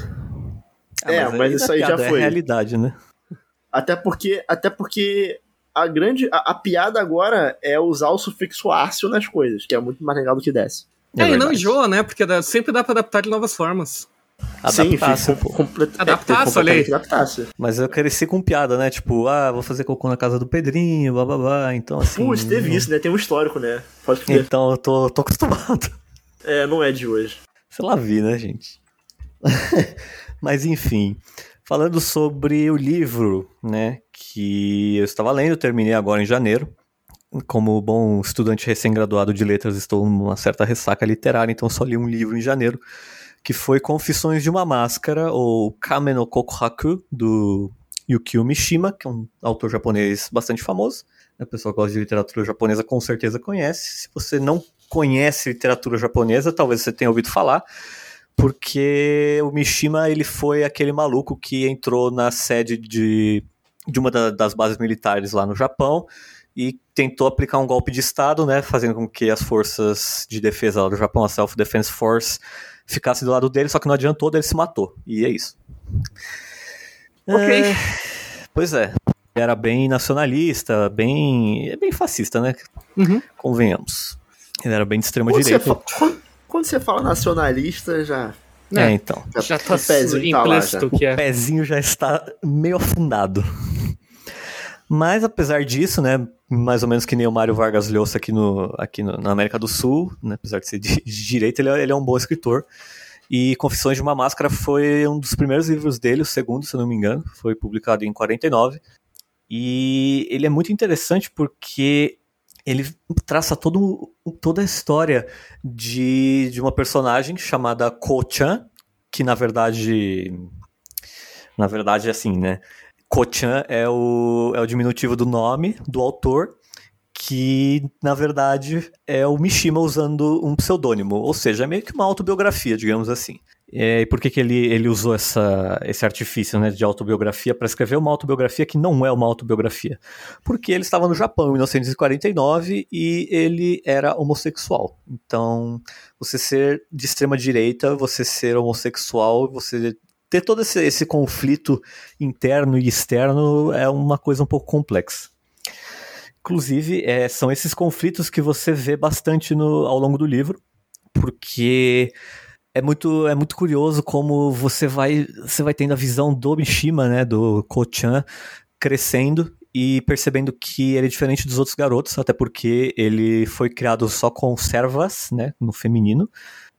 Ah, é, mas, mas isso aí já foi. É realidade, né? Até porque, até porque a grande. A, a piada agora é usar o sufixo ácio nas coisas, que é muito mais legal do que desce. É, é e não enjoa, né? Porque dá, sempre dá pra adaptar de novas formas. Adaptasse, pô. Complet... Adaptasse, olha aí. Adaptasse. Mas eu cresci com piada, né? Tipo, ah, vou fazer cocô na casa do Pedrinho, blá blá blá. Então, assim. Putz, teve isso, né? Tem um histórico, né? Pode crer. Então, eu tô, tô acostumado. É, não é de hoje. Sei lá, vi, né, gente? Mas, enfim. Falando sobre o livro, né? Que eu estava lendo, terminei agora em janeiro. Como bom estudante recém-graduado de letras, estou numa certa ressaca literária, então só li um livro em janeiro, que foi Confissões de uma Máscara, ou Kame no Kokuhaku, do Yukio Mishima, que é um autor japonês bastante famoso. A pessoa que gosta de literatura japonesa com certeza conhece. Se você não conhece literatura japonesa, talvez você tenha ouvido falar, porque o Mishima ele foi aquele maluco que entrou na sede de, de uma da, das bases militares lá no Japão e tentou aplicar um golpe de Estado, né, fazendo com que as forças de defesa lá do Japão, a Self-Defense Force, ficasse do lado dele, só que não adiantou, ele se matou. E é isso. Ok. É, pois é. Era bem nacionalista, bem, bem fascista, né? Uhum. Convenhamos. Ele era bem de extrema quando direita. Você fa... quando, quando você fala nacionalista, já... É, é então. Já, já tá implícito tá que é. O pezinho já está meio afundado. Mas, apesar disso, né, mais ou menos que nem o Mário Vargas Llosa aqui, no, aqui no, na América do Sul, né, apesar de ser de, de direita, ele é, ele é um bom escritor. E Confissões de uma Máscara foi um dos primeiros livros dele, o segundo, se eu não me engano, foi publicado em quarenta e nove. E ele é muito interessante porque ele traça todo, toda a história de, de uma personagem chamada Ko-chan, que na verdade, na verdade é assim, né? Ko-chan é o, é o diminutivo do nome do autor, que na verdade é o Mishima usando um pseudônimo, ou seja, é meio que uma autobiografia, digamos assim. É, e por que, que ele, ele usou essa, esse artifício, né, de autobiografia para escrever uma autobiografia que não é uma autobiografia? Porque ele estava no Japão em mil novecentos e quarenta e nove e ele era homossexual. Então, você ser de extrema direita, você ser homossexual, você ter todo esse, esse conflito interno e externo é uma coisa um pouco complexa. Inclusive, é, são esses conflitos que você vê bastante no, ao longo do livro, porque é muito, é muito curioso como você vai, você vai tendo a visão do Mishima, né, do Ko-chan, crescendo e percebendo que ele é diferente dos outros garotos, até porque ele foi criado só com servas, né, no feminino,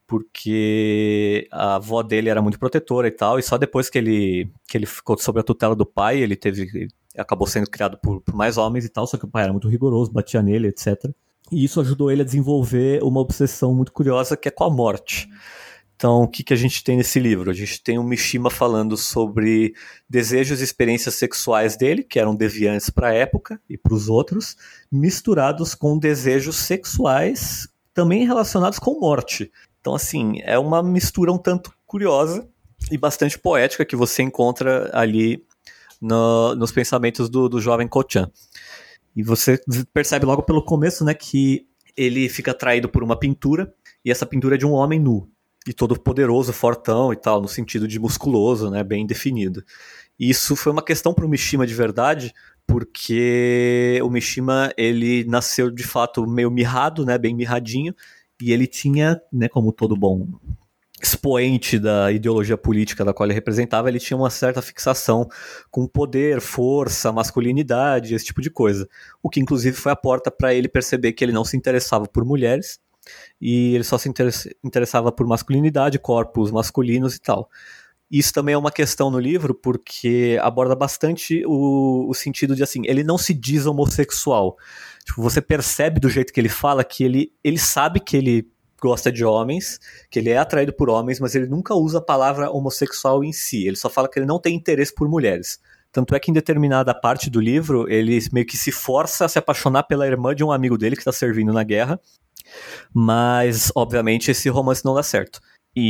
porque a avó dele era muito protetora e tal, e só depois que ele, que ele ficou sob a tutela do pai, ele teve, ele acabou sendo criado por, por mais homens e tal, só que o pai era muito rigoroso, batia nele, etcétera. E isso ajudou ele a desenvolver uma obsessão muito curiosa que é com a morte. Então, o que, que a gente tem nesse livro? A gente tem o Mishima falando sobre desejos e experiências sexuais dele, que eram deviantes para a época e para os outros, misturados com desejos sexuais também relacionados com morte. Então, assim, é uma mistura um tanto curiosa e bastante poética que você encontra ali no, nos pensamentos do, do jovem Ko-chan. E você percebe logo pelo começo, né, que ele fica atraído por uma pintura, e essa pintura é de um homem nu. E todo poderoso, fortão e tal, no sentido de musculoso, né, bem definido. E isso foi uma questão para o Mishima de verdade, porque o Mishima, ele nasceu de fato meio mirrado, né, bem mirradinho, e ele tinha, né, como todo bom expoente da ideologia política da qual ele representava, ele tinha uma certa fixação com poder, força, masculinidade, esse tipo de coisa. O que inclusive foi a porta para ele perceber que ele não se interessava por mulheres, e ele só se interessava por masculinidade, corpos masculinos e tal. Isso também é uma questão no livro, porque aborda bastante o, o sentido de, assim, ele não se diz homossexual. Tipo, você percebe do jeito que ele fala que ele, ele sabe que ele gosta de homens, que ele é atraído por homens, mas ele nunca usa a palavra homossexual em si. Ele só fala que ele não tem interesse por mulheres. Tanto é que em determinada parte do livro, ele meio que se força a se apaixonar pela irmã de um amigo dele que está servindo na guerra, mas, obviamente, esse romance não dá certo.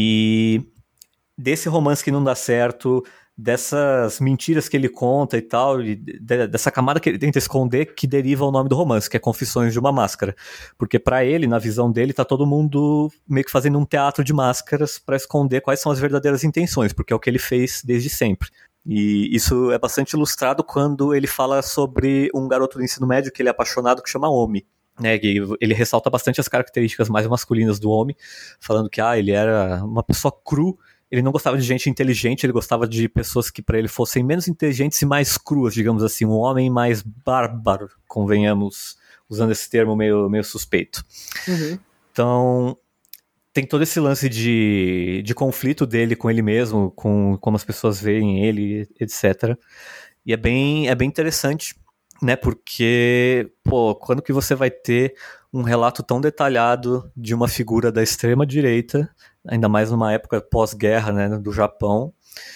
E desse romance que não dá certo, dessas mentiras que ele conta e tal, e dessa camada que ele tenta esconder, que deriva o nome do romance, que é Confissões de uma Máscara. Porque pra ele, na visão dele, tá todo mundo meio que fazendo um teatro de máscaras pra esconder quais são as verdadeiras intenções, porque é o que ele fez desde sempre. E isso é bastante ilustrado quando ele fala sobre um garoto do ensino médio que ele é apaixonado, que chama Omi. Né, ele ressalta bastante as características mais masculinas do homem, falando que ah, ele era uma pessoa cru, ele não gostava de gente inteligente, ele gostava de pessoas que para ele fossem menos inteligentes e mais cruas, digamos assim, um homem mais bárbaro, convenhamos, usando esse termo meio, meio suspeito. Uhum. Então, tem todo esse lance de, de conflito dele com ele mesmo, com como as pessoas veem ele, etcétera. E é bem, é bem interessante, né, porque, pô, quando que você vai ter um relato tão detalhado de uma figura da extrema-direita, ainda mais numa época pós-guerra, né, do Japão,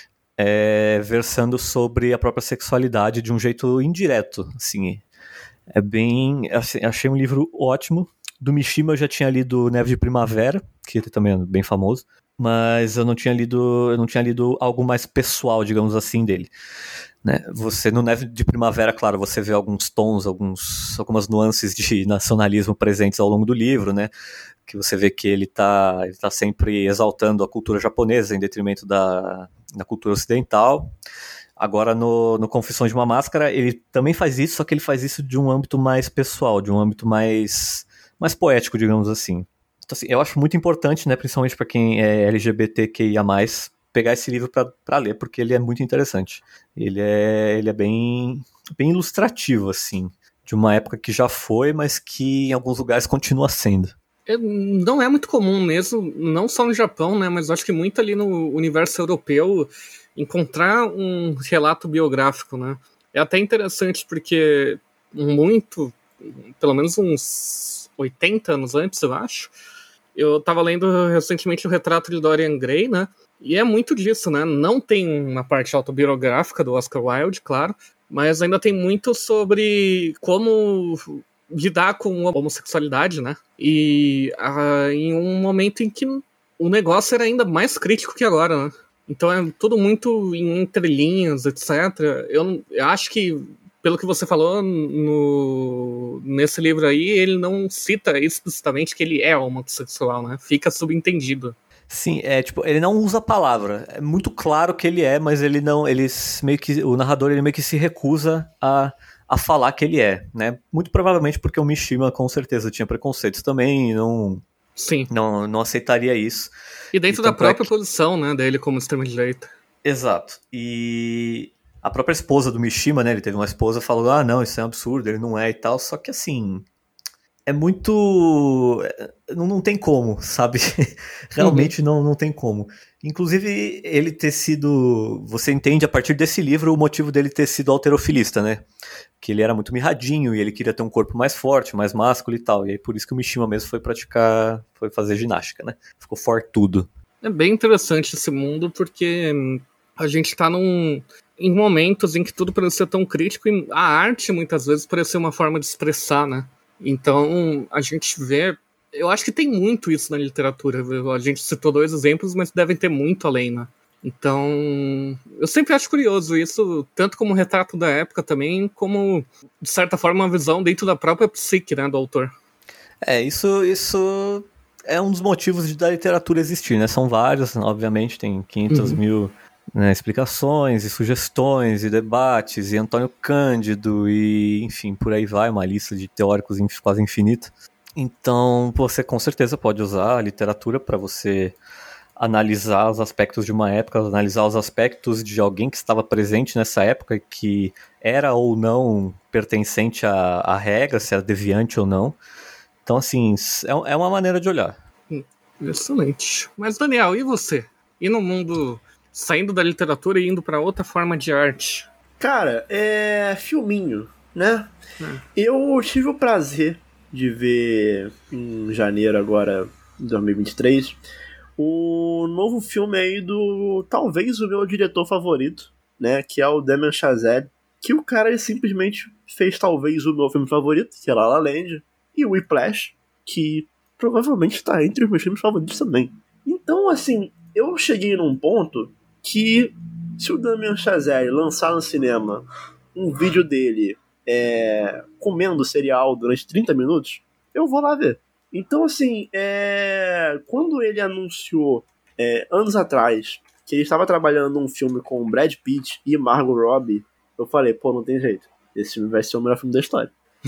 é, versando sobre a própria sexualidade de um jeito indireto, assim. É bem... Assim, achei um livro ótimo. Do Mishima eu já tinha lido Neve de Primavera, que também é bem famoso, mas eu não tinha lido, eu não tinha lido algo mais pessoal, digamos assim, dele. Né? Você, no Neve de Primavera, claro, você vê alguns tons, alguns, algumas nuances de nacionalismo presentes ao longo do livro, né? Que você vê que ele está ele tá sempre exaltando a cultura japonesa em detrimento da, da cultura ocidental. Agora, no, no Confissões de uma Máscara, ele também faz isso, só que ele faz isso de um âmbito mais pessoal, de um âmbito mais, mais poético, digamos assim. Então, assim, eu acho muito importante, né, principalmente para quem é L G B T Q I A mais, pegar esse livro para ler, porque ele é muito interessante. Ele é, ele é bem, bem ilustrativo, assim, de uma época que já foi, mas que em alguns lugares continua sendo. É, não é muito comum mesmo, não só no Japão, né, mas acho que muito ali no universo europeu, encontrar um relato biográfico, né. É até interessante porque muito, pelo menos uns oitenta anos antes, eu acho, eu estava lendo recentemente o retrato de Dorian Gray, né, e é muito disso, né? Não tem uma parte autobiográfica do Oscar Wilde, claro, mas ainda tem muito sobre como lidar com a homossexualidade, né? E ah, em um momento em que o negócio era ainda mais crítico que agora, né? Então é tudo muito em entrelinhas, etcétera. Eu, eu acho que, pelo que você falou no, nesse livro aí, ele não cita explicitamente que ele é homossexual, né? Fica subentendido. Sim, é tipo, ele não usa a palavra. É muito claro que ele é, mas ele não. Ele meio que. O narrador ele meio que se recusa a, a falar que ele é, né? Muito provavelmente porque o Mishima com certeza tinha preconceitos também e não. Sim. Não, não aceitaria isso. E dentro e da própria é que... posição, né, dele como extrema-direita. Exato. E a própria esposa do Mishima, né, ele teve uma esposa que falou, ah, não, isso é um absurdo, ele não é e tal, só que assim, é muito... Não, não tem como, sabe? Realmente uhum. não, não tem como. Inclusive, ele ter sido... Você entende a partir desse livro o motivo dele ter sido alterofilista, né? Que ele era muito mirradinho e ele queria ter um corpo mais forte, mais másculo e tal. E aí por isso que o Mishima mesmo foi praticar, foi fazer ginástica, né? Ficou fortudo. É bem interessante esse mundo porque a gente tá num, em momentos em que tudo parece ser tão crítico e a arte muitas vezes parece ser uma forma de expressar, né? Então a gente vê... Eu acho que tem muito isso na literatura. A gente citou dois exemplos, mas devem ter muito além, né? Então, eu sempre acho curioso isso, tanto como retrato da época também, como, de certa forma, uma visão dentro da própria psique, né, do autor. É, isso, isso é um dos motivos de da literatura existir, né? São vários, obviamente, tem quinhentas uhum. mil né, explicações e sugestões e debates, e Antônio Cândido, e enfim, por aí vai, uma lista de teóricos quase infinita. Então, você com certeza pode usar a literatura para você... analisar os aspectos de uma época, analisar os aspectos de alguém que estava presente nessa época, que era ou não pertencente à, à regra, se era deviante ou não. Então, assim, é, é uma maneira de olhar. Excelente. Mas, Daniel, e você? E no mundo, saindo da literatura e indo para outra forma de arte? Cara, é filminho, né? É. Eu tive o prazer de ver em janeiro agora, de dois mil e vinte e três... o novo filme aí do, talvez, o meu diretor favorito, né, que é o Damien Chazelle, que o cara ele simplesmente fez talvez o meu filme favorito, que é La La Land, e o Whiplash, que provavelmente está entre os meus filmes favoritos também. Então, assim, eu cheguei num ponto que se o Damien Chazelle lançar no cinema um vídeo dele é, comendo cereal durante trinta minutos, eu vou lá ver. Então, assim, é... quando ele anunciou, é, anos atrás, que ele estava trabalhando num filme com Brad Pitt e Margot Robbie, eu falei, pô, não tem jeito. Esse filme vai ser o melhor filme da história.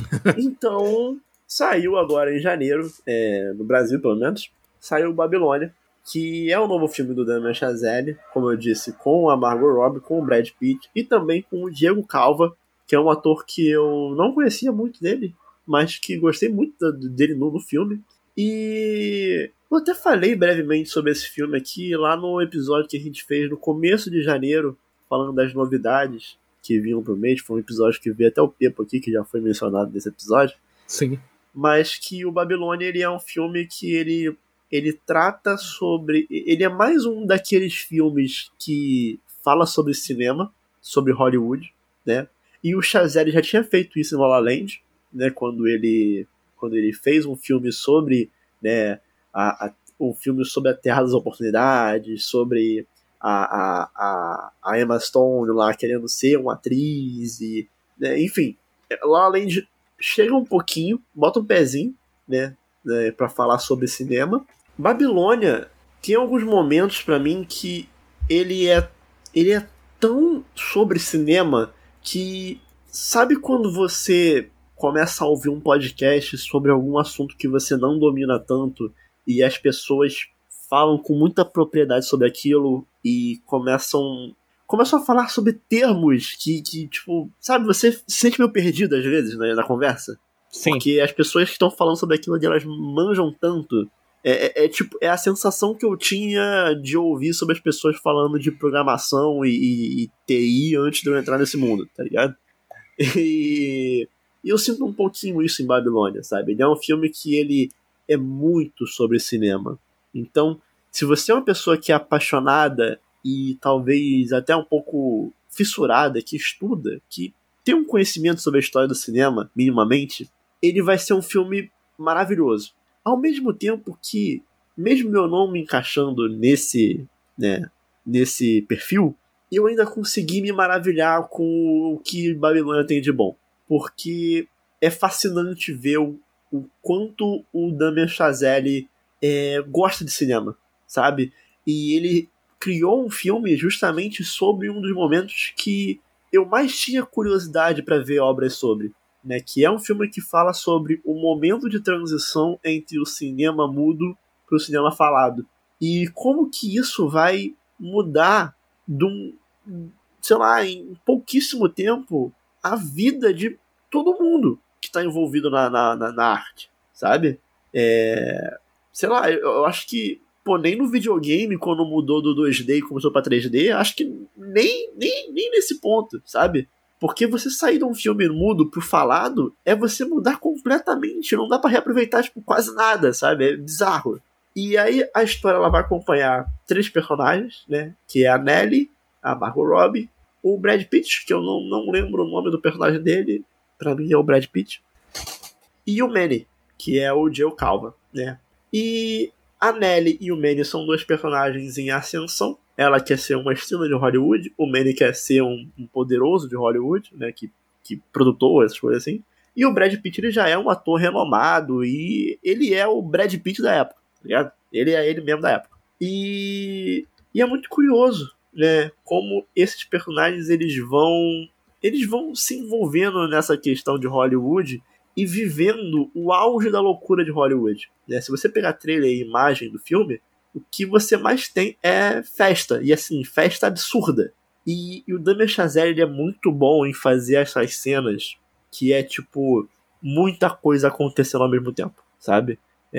Então, saiu agora em janeiro, é, no Brasil pelo menos, saiu Babilônia, que é o novo filme do Damien Chazelle, como eu disse, com a Margot Robbie, com o Brad Pitt e também com o Diego Calva, que é um ator que eu não conhecia muito dele, mas que gostei muito dele no, no filme. E eu até falei brevemente sobre esse filme aqui lá no episódio que a gente fez no começo de janeiro, falando das novidades que vinham pro mês. Foi um episódio que veio até o Pepo aqui, que já foi mencionado nesse episódio. Sim. Mas que o Babilônia, ele é um filme que ele, ele trata sobre... Ele é mais um daqueles filmes que fala sobre cinema, sobre Hollywood, né? E o Chazelle já tinha feito isso em La La Land, né, quando ele, quando ele fez um filme sobre, né, a, a, um filme sobre a Terra das Oportunidades, sobre a, a, a, a Emma Stone lá querendo ser uma atriz, e, né, enfim, lá além de chega um pouquinho, bota um pezinho, né, né, para falar sobre cinema. Babilônia tem alguns momentos para mim que ele é, ele é tão sobre cinema que, sabe quando você começa a ouvir um podcast sobre algum assunto que você não domina tanto e as pessoas falam com muita propriedade sobre aquilo e começam começam a falar sobre termos que, que tipo, sabe, você se sente meio perdido às vezes, né, na conversa? Sim. Porque as pessoas que estão falando sobre aquilo, elas manjam tanto. É, é, é, tipo, é a sensação que eu tinha de ouvir sobre as pessoas falando de programação e, e, e T I antes de eu entrar nesse mundo, tá ligado? E... E eu sinto um pouquinho isso em Babilônia, sabe? Ele é um filme que ele é muito sobre cinema. Então, se você é uma pessoa que é apaixonada e talvez até um pouco fissurada, que estuda, que tem um conhecimento sobre a história do cinema, minimamente, ele vai ser um filme maravilhoso. Ao mesmo tempo que mesmo eu não me encaixando nesse, né, nesse perfil, eu ainda consegui me maravilhar com o que Babilônia tem de bom. Porque é fascinante ver o, o quanto o Damien Chazelle é, gosta de cinema, sabe? E ele criou um filme justamente sobre um dos momentos que eu mais tinha curiosidade para ver obras sobre, né? Que é um filme que fala sobre o momento de transição entre o cinema mudo para o cinema falado. E como que isso vai mudar de um, sei lá, em pouquíssimo tempo, a vida de todo mundo que está envolvido na, na, na, na arte, sabe? É, sei lá, eu, eu acho que, pô, nem no videogame, quando mudou do dois D e começou pra três D, acho que nem, nem, nem nesse ponto, sabe? Porque você sair de um filme mudo pro falado é você mudar completamente, não dá pra reaproveitar, tipo, quase nada, sabe? É bizarro. E aí a história ela vai acompanhar três personagens, né? Que é a Nelly, a Margot Robbie, o Brad Pitt, que eu não, não lembro o nome do personagem dele, pra mim é o Brad Pitt, e o Manny, que é o Joe Calva, né? E a Nelly e o Manny são dois personagens em ascensão. Ela quer ser uma estrela de Hollywood, o Manny quer ser um, um poderoso de Hollywood, né? Que, que produtor, essas coisas assim. E o Brad Pitt ele já é um ator renomado e ele é o Brad Pitt da época, tá ligado? Ele é ele mesmo da época. E, e é muito curioso, né? Como esses personagens eles vão eles vão se envolvendo nessa questão de Hollywood e vivendo o auge da loucura de Hollywood, né? Se você pegar trailer e imagem do filme, o que você mais tem é festa, e assim, festa absurda. E, e o Damien Chazelle ele é muito bom em fazer essas cenas que é tipo muita coisa acontecendo ao mesmo tempo, sabe?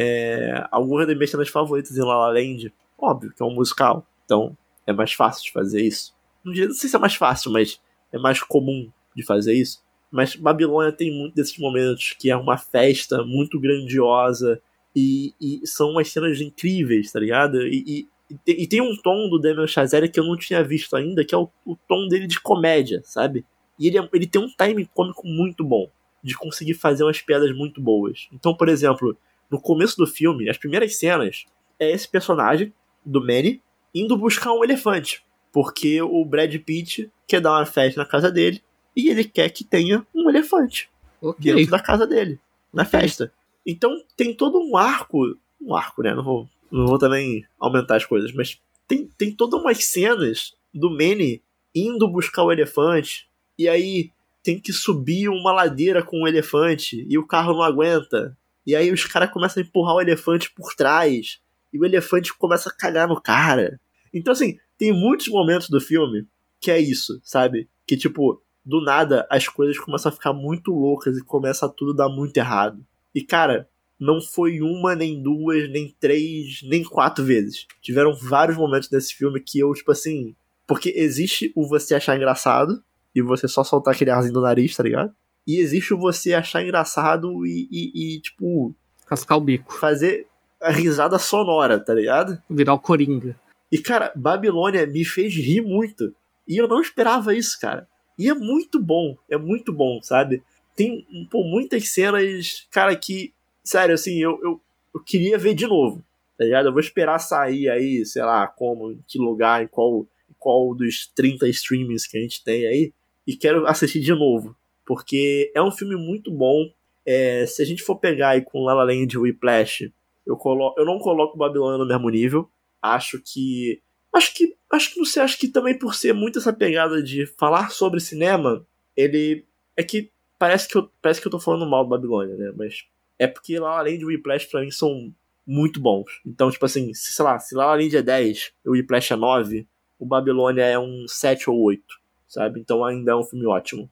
É, algumas das minhas cenas favoritas em La La Land, óbvio que é um musical, então é mais fácil de fazer isso. Não sei se é mais fácil, mas é mais comum de fazer isso. Mas Babilônia tem muito desses momentos que é uma festa muito grandiosa e, e são umas cenas incríveis, tá ligado? E, e, e tem um tom do Damien Chazelle que eu não tinha visto ainda, que é o, o tom dele de comédia, sabe? E ele, é, ele tem um timing cômico muito bom, de conseguir fazer umas piadas muito boas. Então, por exemplo, no começo do filme, as primeiras cenas é esse personagem, do Manny, indo buscar um elefante, porque o Brad Pitt quer dar uma festa na casa dele e ele quer que tenha um elefante okay. dentro da casa dele, na okay. festa. Então tem todo um arco, um arco, né? Não vou, não vou também aumentar as coisas, mas tem, tem todas umas cenas do Manny indo buscar o elefante e aí tem que subir uma ladeira com o elefante e o carro não aguenta. E aí os caras começam a empurrar o elefante por trás e o elefante começa a cagar no cara. Então, assim, tem muitos momentos do filme que é isso, sabe? Que, tipo, do nada as coisas começam a ficar muito loucas e começa a tudo dar muito errado. E, cara, não foi uma, nem duas, nem três, nem quatro vezes. Tiveram vários momentos nesse filme que eu, tipo assim... Porque existe o você achar engraçado e você só soltar aquele arzinho do nariz, tá ligado? E existe o você achar engraçado e, e, e tipo... cascar o bico. Fazer a risada sonora, tá ligado? Virar o Coringa. E, cara, Babilônia me fez rir muito. E eu não esperava isso, cara. E é muito bom, é muito bom, sabe? Tem, pô, muitas cenas, cara, que... Sério, assim, eu, eu, eu queria ver de novo, tá ligado? Eu vou esperar sair aí, sei lá, como, em que lugar, em qual, em qual dos trinta streamings que a gente tem aí. E quero assistir de novo. Porque é um filme muito bom. É, se a gente for pegar aí com La La Land e Whiplash, eu, colo- eu não coloco Babilônia no mesmo nível. Acho que... Acho que, acho que não sei, acho que também por ser muito essa pegada de falar sobre cinema, ele... É que parece que eu, parece que eu tô falando mal do Babilônia, né? Mas é porque La La Land e Whiplash pra mim são muito bons. Então, tipo assim, se, sei lá, se La La Land é dez e o Whiplash é nove, o Babilônia é um sete ou oito, sabe? Então ainda é um filme ótimo.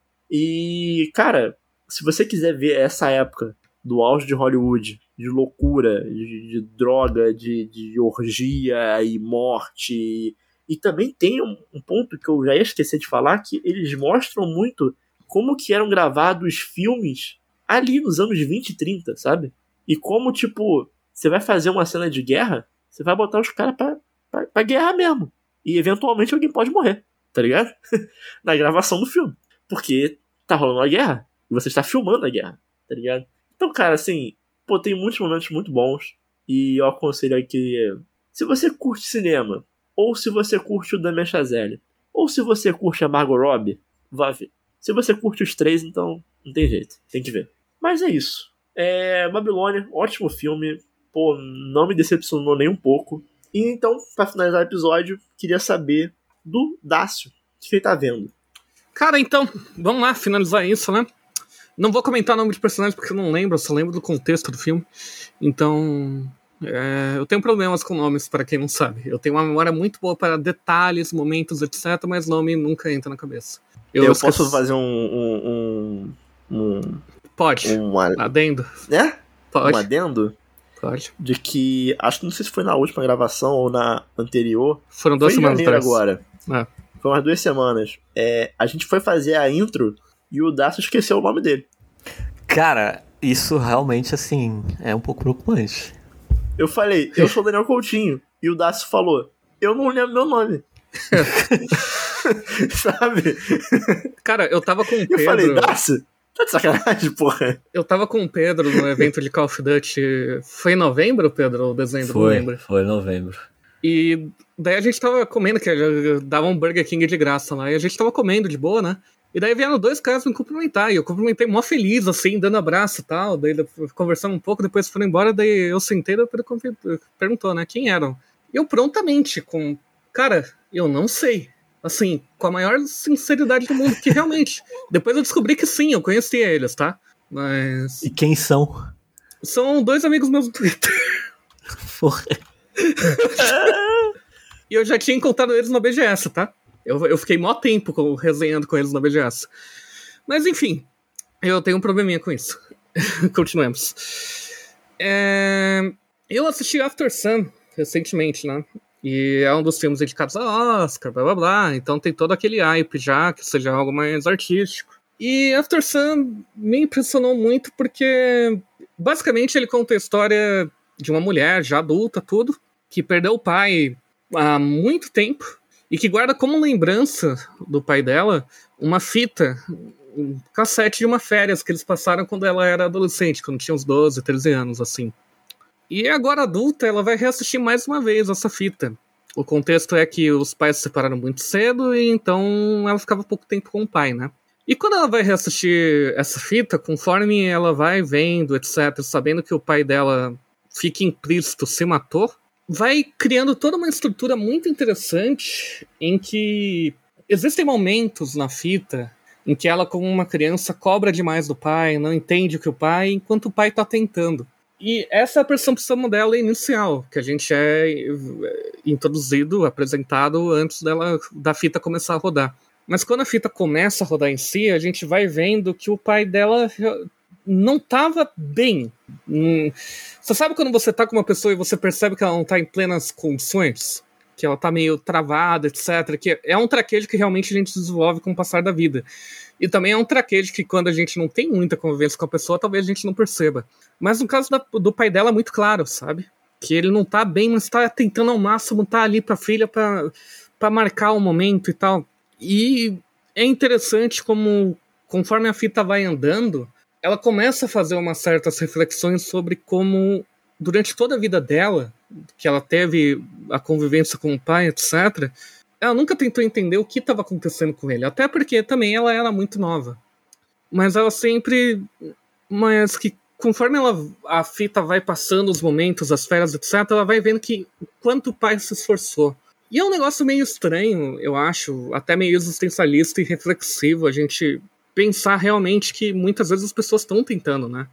E, cara, se você quiser ver essa época do auge de Hollywood, de loucura, de, de droga, de, de orgia e morte. E, e também tem um, um ponto que eu já ia esquecer de falar, que eles mostram muito como que eram gravados filmes ali nos anos vinte e trinta, sabe? E como, tipo, você vai fazer uma cena de guerra, você vai botar os caras pra, pra, pra guerra mesmo. E eventualmente alguém pode morrer, tá ligado? Na gravação do filme. Porque tá rolando uma guerra e você está filmando a guerra, tá ligado? Então, cara, assim, pô, tem muitos momentos muito bons. E eu aconselho aqui, se você curte cinema, ou se você curte o Damien Chazelle, ou se você curte a Margot Robbie, vá ver. Se você curte os três, então não tem jeito, tem que ver. Mas é isso. É, Babilônia, ótimo filme. Pô, não me decepcionou nem um pouco. E então, pra finalizar o episódio, queria saber do Dácio, o que ele tá vendo. Cara, então, vamos lá, finalizar isso, né? Não vou comentar o nome de personagens porque eu não lembro, eu só lembro do contexto do filme. Então, é, eu tenho problemas com nomes, para quem não sabe. Eu tenho uma memória muito boa para detalhes, momentos, etcétera, mas nome nunca entra na cabeça. Eu, eu esqueci... posso fazer um... um, um, um Pode. Um adendo. É? Pode. Um adendo? Pode. De que, acho que não sei se foi na última gravação ou na anterior. Foram duas foi semanas atrás. agora. É. Foi umas duas semanas. É, a gente foi fazer a intro e o Dácio esqueceu o nome dele. Cara, isso realmente, assim, é um pouco preocupante. Eu falei, eu sou o Daniel Coutinho. E o Dácio falou, eu não lembro meu nome. Sabe? Cara, eu tava com o Pedro... Eu falei, Dácio, tá de sacanagem, porra. Eu tava com o Pedro no evento de Call of Duty. Foi em novembro, Pedro, ou dezembro? Foi, não lembro. Foi em novembro. E daí a gente tava comendo, que dava um Burger King de graça lá, e a gente tava comendo de boa, né? E daí vieram dois caras me cumprimentar, e eu cumprimentei mó feliz, assim, dando abraço e tal, daí conversamos um pouco, depois foram embora, daí eu sentei, daí Pedro perguntou, né, quem eram? E eu prontamente, com, cara, eu não sei, assim, com a maior sinceridade do mundo, que realmente, depois eu descobri que sim, eu conhecia eles, tá? Mas... E quem são? São dois amigos meus no Twitter. Porra. E eu já tinha encontrado eles na B G S, tá? Eu, eu fiquei mó tempo com, resenhando com eles na B G S. Mas enfim, eu tenho um probleminha com isso. Continuemos. É, eu assisti After Sun recentemente, né? E é um dos filmes indicados a Oscar, blá blá blá. Então tem todo aquele hype já, que seja algo mais artístico. E After Sun me impressionou muito porque basicamente ele conta a história de uma mulher já adulta, tudo, que perdeu o pai há muito tempo e que guarda como lembrança do pai dela uma fita, um cassete de uma férias que eles passaram quando ela era adolescente, quando tinha uns doze, treze anos, assim. E agora adulta, ela vai reassistir mais uma vez essa fita. O contexto é que os pais se separaram muito cedo e então ela ficava pouco tempo com o pai, né? E quando ela vai reassistir essa fita, conforme ela vai vendo, etcétera, sabendo que o pai dela fica implícito, se matou, vai criando toda uma estrutura muito interessante em que existem momentos na fita em que ela, como uma criança, cobra demais do pai, não entende o que o pai, enquanto o pai está tentando. E essa é a percepção dela inicial, que a gente é introduzido, apresentado antes dela, da fita começar a rodar. Mas quando a fita começa a rodar em si, a gente vai vendo que o pai dela não estava bem. Hum, você sabe quando você tá com uma pessoa e você percebe que ela não está em plenas condições? Que ela está meio travada, etcétera. Que é um traquejo que realmente a gente desenvolve com o passar da vida. E também é um traquejo que quando a gente não tem muita convivência com a pessoa, talvez a gente não perceba. Mas no caso da, do pai dela é muito claro, sabe? Que ele não está bem, mas está tentando ao máximo estar tá ali para a filha para marcar o momento e tal. E é interessante como, conforme a fita vai andando, ela começa a fazer umas certas reflexões sobre como, durante toda a vida dela, que ela teve a convivência com o pai, etcétera, ela nunca tentou entender o que estava acontecendo com ele. Até porque também ela era muito nova. Mas ela sempre... Mas que conforme ela, a fita vai passando os momentos, as férias, etcétera, ela vai vendo que quanto o pai se esforçou. E é um negócio meio estranho, eu acho, até meio existencialista e reflexivo, a gente pensar realmente que muitas vezes as pessoas estão tentando, né?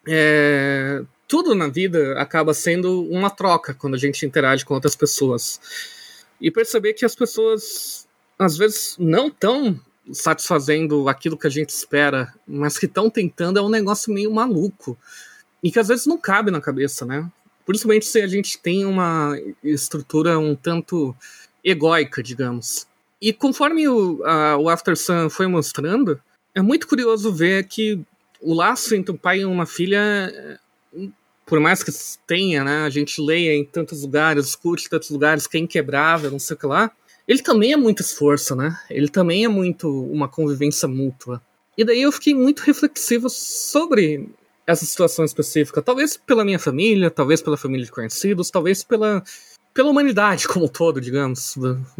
É, tudo na vida acaba sendo uma troca quando a gente interage com outras pessoas. E perceber que as pessoas, às vezes, não estão satisfazendo aquilo que a gente espera, mas que estão tentando, é um negócio meio maluco. E que às vezes não cabe na cabeça, né? Principalmente se a gente tem uma estrutura um tanto egóica, digamos. E conforme o, a, o After Sun foi mostrando, é muito curioso ver que o laço entre um pai e uma filha, por mais que tenha, né, a gente leia em tantos lugares, escute em tantos lugares, que é inquebrável, não sei o que lá, ele também é muito esforço, né? Ele também é muito uma convivência mútua. E daí eu fiquei muito reflexivo sobre essa situação específica. Talvez pela minha família, talvez pela família de conhecidos, talvez pela, pela humanidade como um todo, digamos,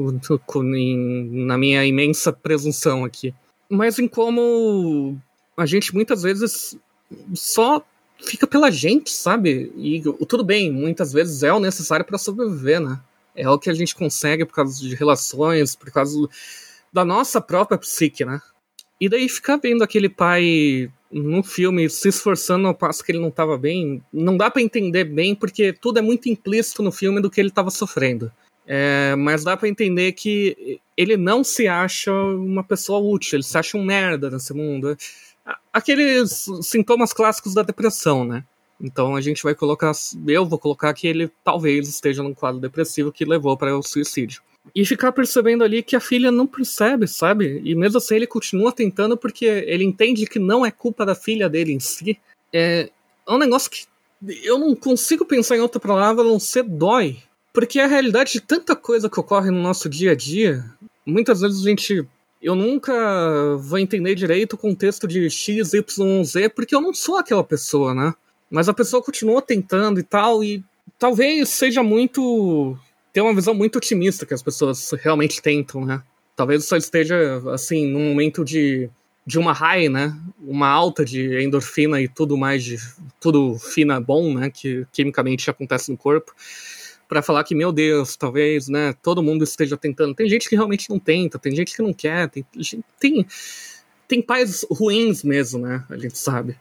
na minha imensa presunção aqui. Mas em como a gente muitas vezes só fica pela gente, sabe? E tudo bem, muitas vezes é o necessário para sobreviver, né? É o que a gente consegue por causa de relações, por causa da nossa própria psique, né? E daí ficar vendo aquele pai no filme se esforçando ao passo que ele não estava bem, não dá para entender bem, porque tudo é muito implícito no filme do que ele estava sofrendo. É, mas dá para entender que ele não se acha uma pessoa útil, ele se acha um merda nesse mundo. Aqueles sintomas clássicos da depressão, né? Então a gente vai colocar, eu vou colocar que ele talvez esteja num quadro depressivo que levou para o suicídio. E ficar percebendo ali que a filha não percebe, sabe? E mesmo assim ele continua tentando porque ele entende que não é culpa da filha dele em si. É um negócio que eu não consigo pensar em outra palavra a não ser dói. Porque a realidade de tanta coisa que ocorre no nosso dia a dia, muitas vezes a gente... Eu nunca vou entender direito o contexto de X, Y, Z, porque eu não sou aquela pessoa, né? Mas a pessoa continua tentando e tal, e talvez seja muito... ter uma visão muito otimista que as pessoas realmente tentam, né? Talvez só esteja, assim, num momento de, de uma high, né? Uma alta de endorfina e tudo mais, de tudo fina bom, né? Que quimicamente acontece no corpo. Pra falar que, meu Deus, talvez, né? Todo mundo esteja tentando. Tem gente que realmente não tenta, tem gente que não quer, tem, tem, tem pais ruins mesmo, né? A gente sabe.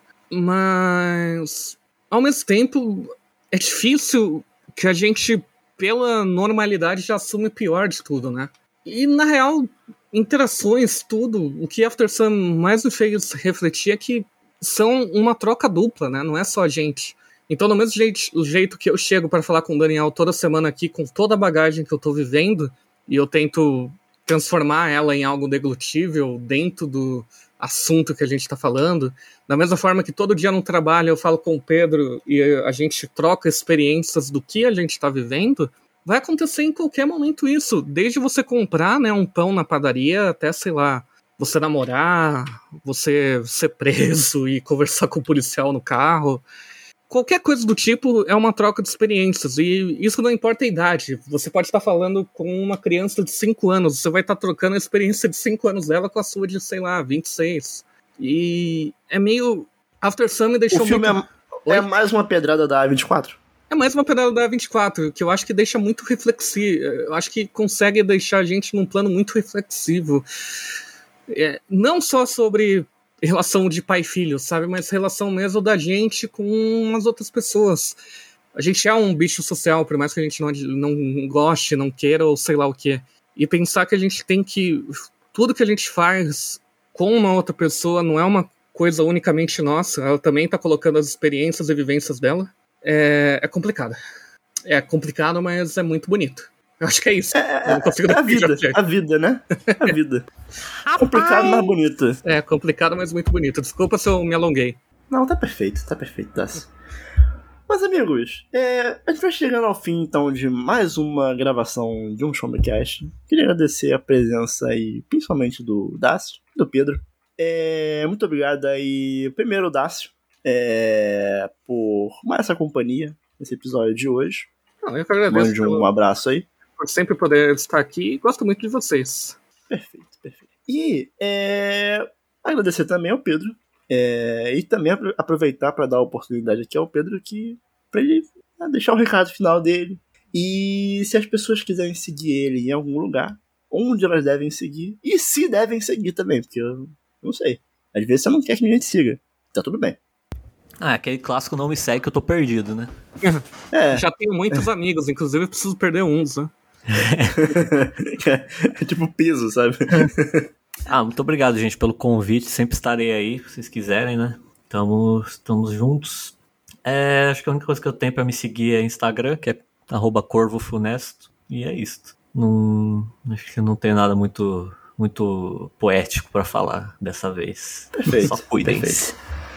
Mas, ao mesmo tempo, é difícil que a gente... pela normalidade, já assume o pior de tudo, né? E, na real, interações, tudo, o que After Sun mais me fez refletir é que são uma troca dupla, né? Não é só a gente. Então, do mesmo jeito, o jeito que eu chego para falar com o Daniel toda semana aqui, com toda a bagagem que eu tô vivendo, e eu tento transformar ela em algo deglutível dentro do assunto que a gente tá falando, da mesma forma que todo dia no trabalho eu falo com o Pedro e a gente troca experiências do que a gente tá vivendo, vai acontecer em qualquer momento isso, desde você comprar, né, um pão na padaria até, sei lá, você namorar, você ser preso e conversar com o policial no carro. Qualquer coisa do tipo é uma troca de experiências, e isso não importa a idade. Você pode estar falando com uma criança de cinco anos, você vai estar trocando a experiência de cinco anos dela com a sua de, sei lá, vinte e seis. E é meio... After Sun me deixou o filme muito... é, é mais uma pedrada da A vinte e quatro? É mais uma pedrada da A vinte e quatro, que eu acho que deixa muito reflexivo. Eu acho que consegue deixar a gente num plano muito reflexivo. É, não só sobre... relação de pai e filho, sabe? Mas relação mesmo da gente com as outras pessoas. A gente é um bicho social, por mais que a gente não, não goste, não queira, ou sei lá o que. E pensar que a gente tem que... tudo que a gente faz com uma outra pessoa não é uma coisa unicamente nossa. Ela também tá colocando as experiências e vivências dela. É, é complicado. É complicado, mas é muito bonito. Eu acho que é isso. É, eu não consigo é a vida, a vida, né? A vida. Complicado, mas bonito. É, complicado, mas muito bonito. Desculpa se eu me alonguei. Não, tá perfeito, tá perfeito, Dácio. Mas, amigos, é, a gente vai chegando ao fim, então, de mais uma gravação de um Showmecast. Queria agradecer a presença aí, principalmente do Dácio, do Pedro. É, muito obrigado aí, primeiro, Dácio, é, por mais essa companhia nesse episódio de hoje. Não, eu que agradeço. Mande um pelo... abraço aí. Por sempre poder estar aqui, gosto muito de vocês. Perfeito, perfeito. E é, agradecer também ao Pedro, é, e também aproveitar para dar a oportunidade aqui ao Pedro que, para ele né, deixar o recado final dele. E se as pessoas quiserem seguir ele em algum lugar, onde elas devem seguir, e se devem seguir também, porque eu não sei. Às vezes você não quer que ninguém te siga, tá tudo bem. Ah, aquele clássico não me segue que eu tô perdido, né? É. Já tenho muitos amigos, inclusive eu preciso perder uns, né? É tipo piso, sabe? Ah, muito obrigado, gente, pelo convite. Sempre estarei aí, se vocês quiserem, né? Tamo, estamos juntos. É, acho que a única coisa que eu tenho pra me seguir é Instagram, que é arroba corvofunesto. E é isso. Não, acho que não tem nada muito, muito poético pra falar dessa vez. Perfeito. Só cuidem-se.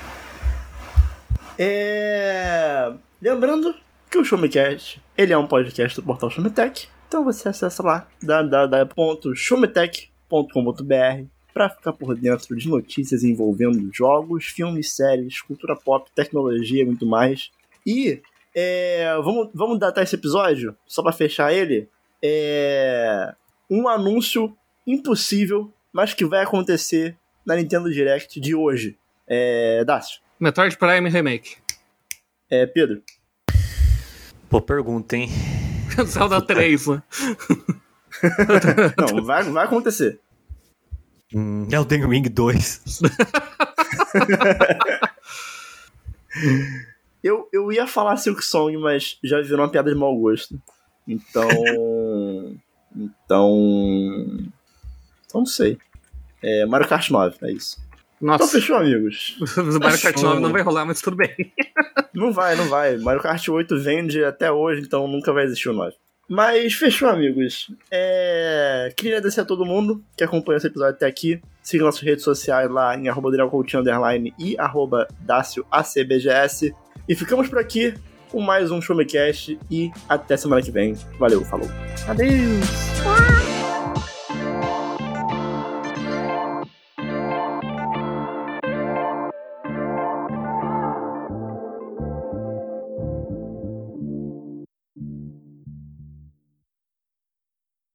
É... Lembrando que o Showmecast, ele é um podcast do portal Showmetech. Então você acessa lá, w w w ponto showmetech ponto com ponto b r. para ficar por dentro de notícias envolvendo jogos, filmes, séries, cultura pop, tecnologia e muito mais. E é, vamos, vamos datar esse episódio, só para fechar ele, é um anúncio impossível, mas que vai acontecer na Nintendo Direct de hoje. É, Dácio. Metroid Prime Remake. É, Pedro. Pô, pergunta, hein? Zelda três, né? Não, vai, vai acontecer. Hum, Elden Ring dois. eu, eu ia falar Silk Song, mas já virou uma piada de mau gosto. Então... então... Então não sei. É, Mario Kart nove, é isso. Nossa. Então fechou, amigos. O Mario Kart nove não vai rolar, mas tudo bem. Não vai, não vai. Mario Kart oito vende até hoje, então nunca vai existir o nove. Mas fechou, amigos. É... Queria agradecer a todo mundo que acompanhou esse episódio até aqui. Siga nossas redes sociais lá em arroba Daniel Coutinho underline e arroba Dácio A C B G S. E ficamos por aqui com mais um Showmecast e até semana que vem. Valeu, falou. Adeus.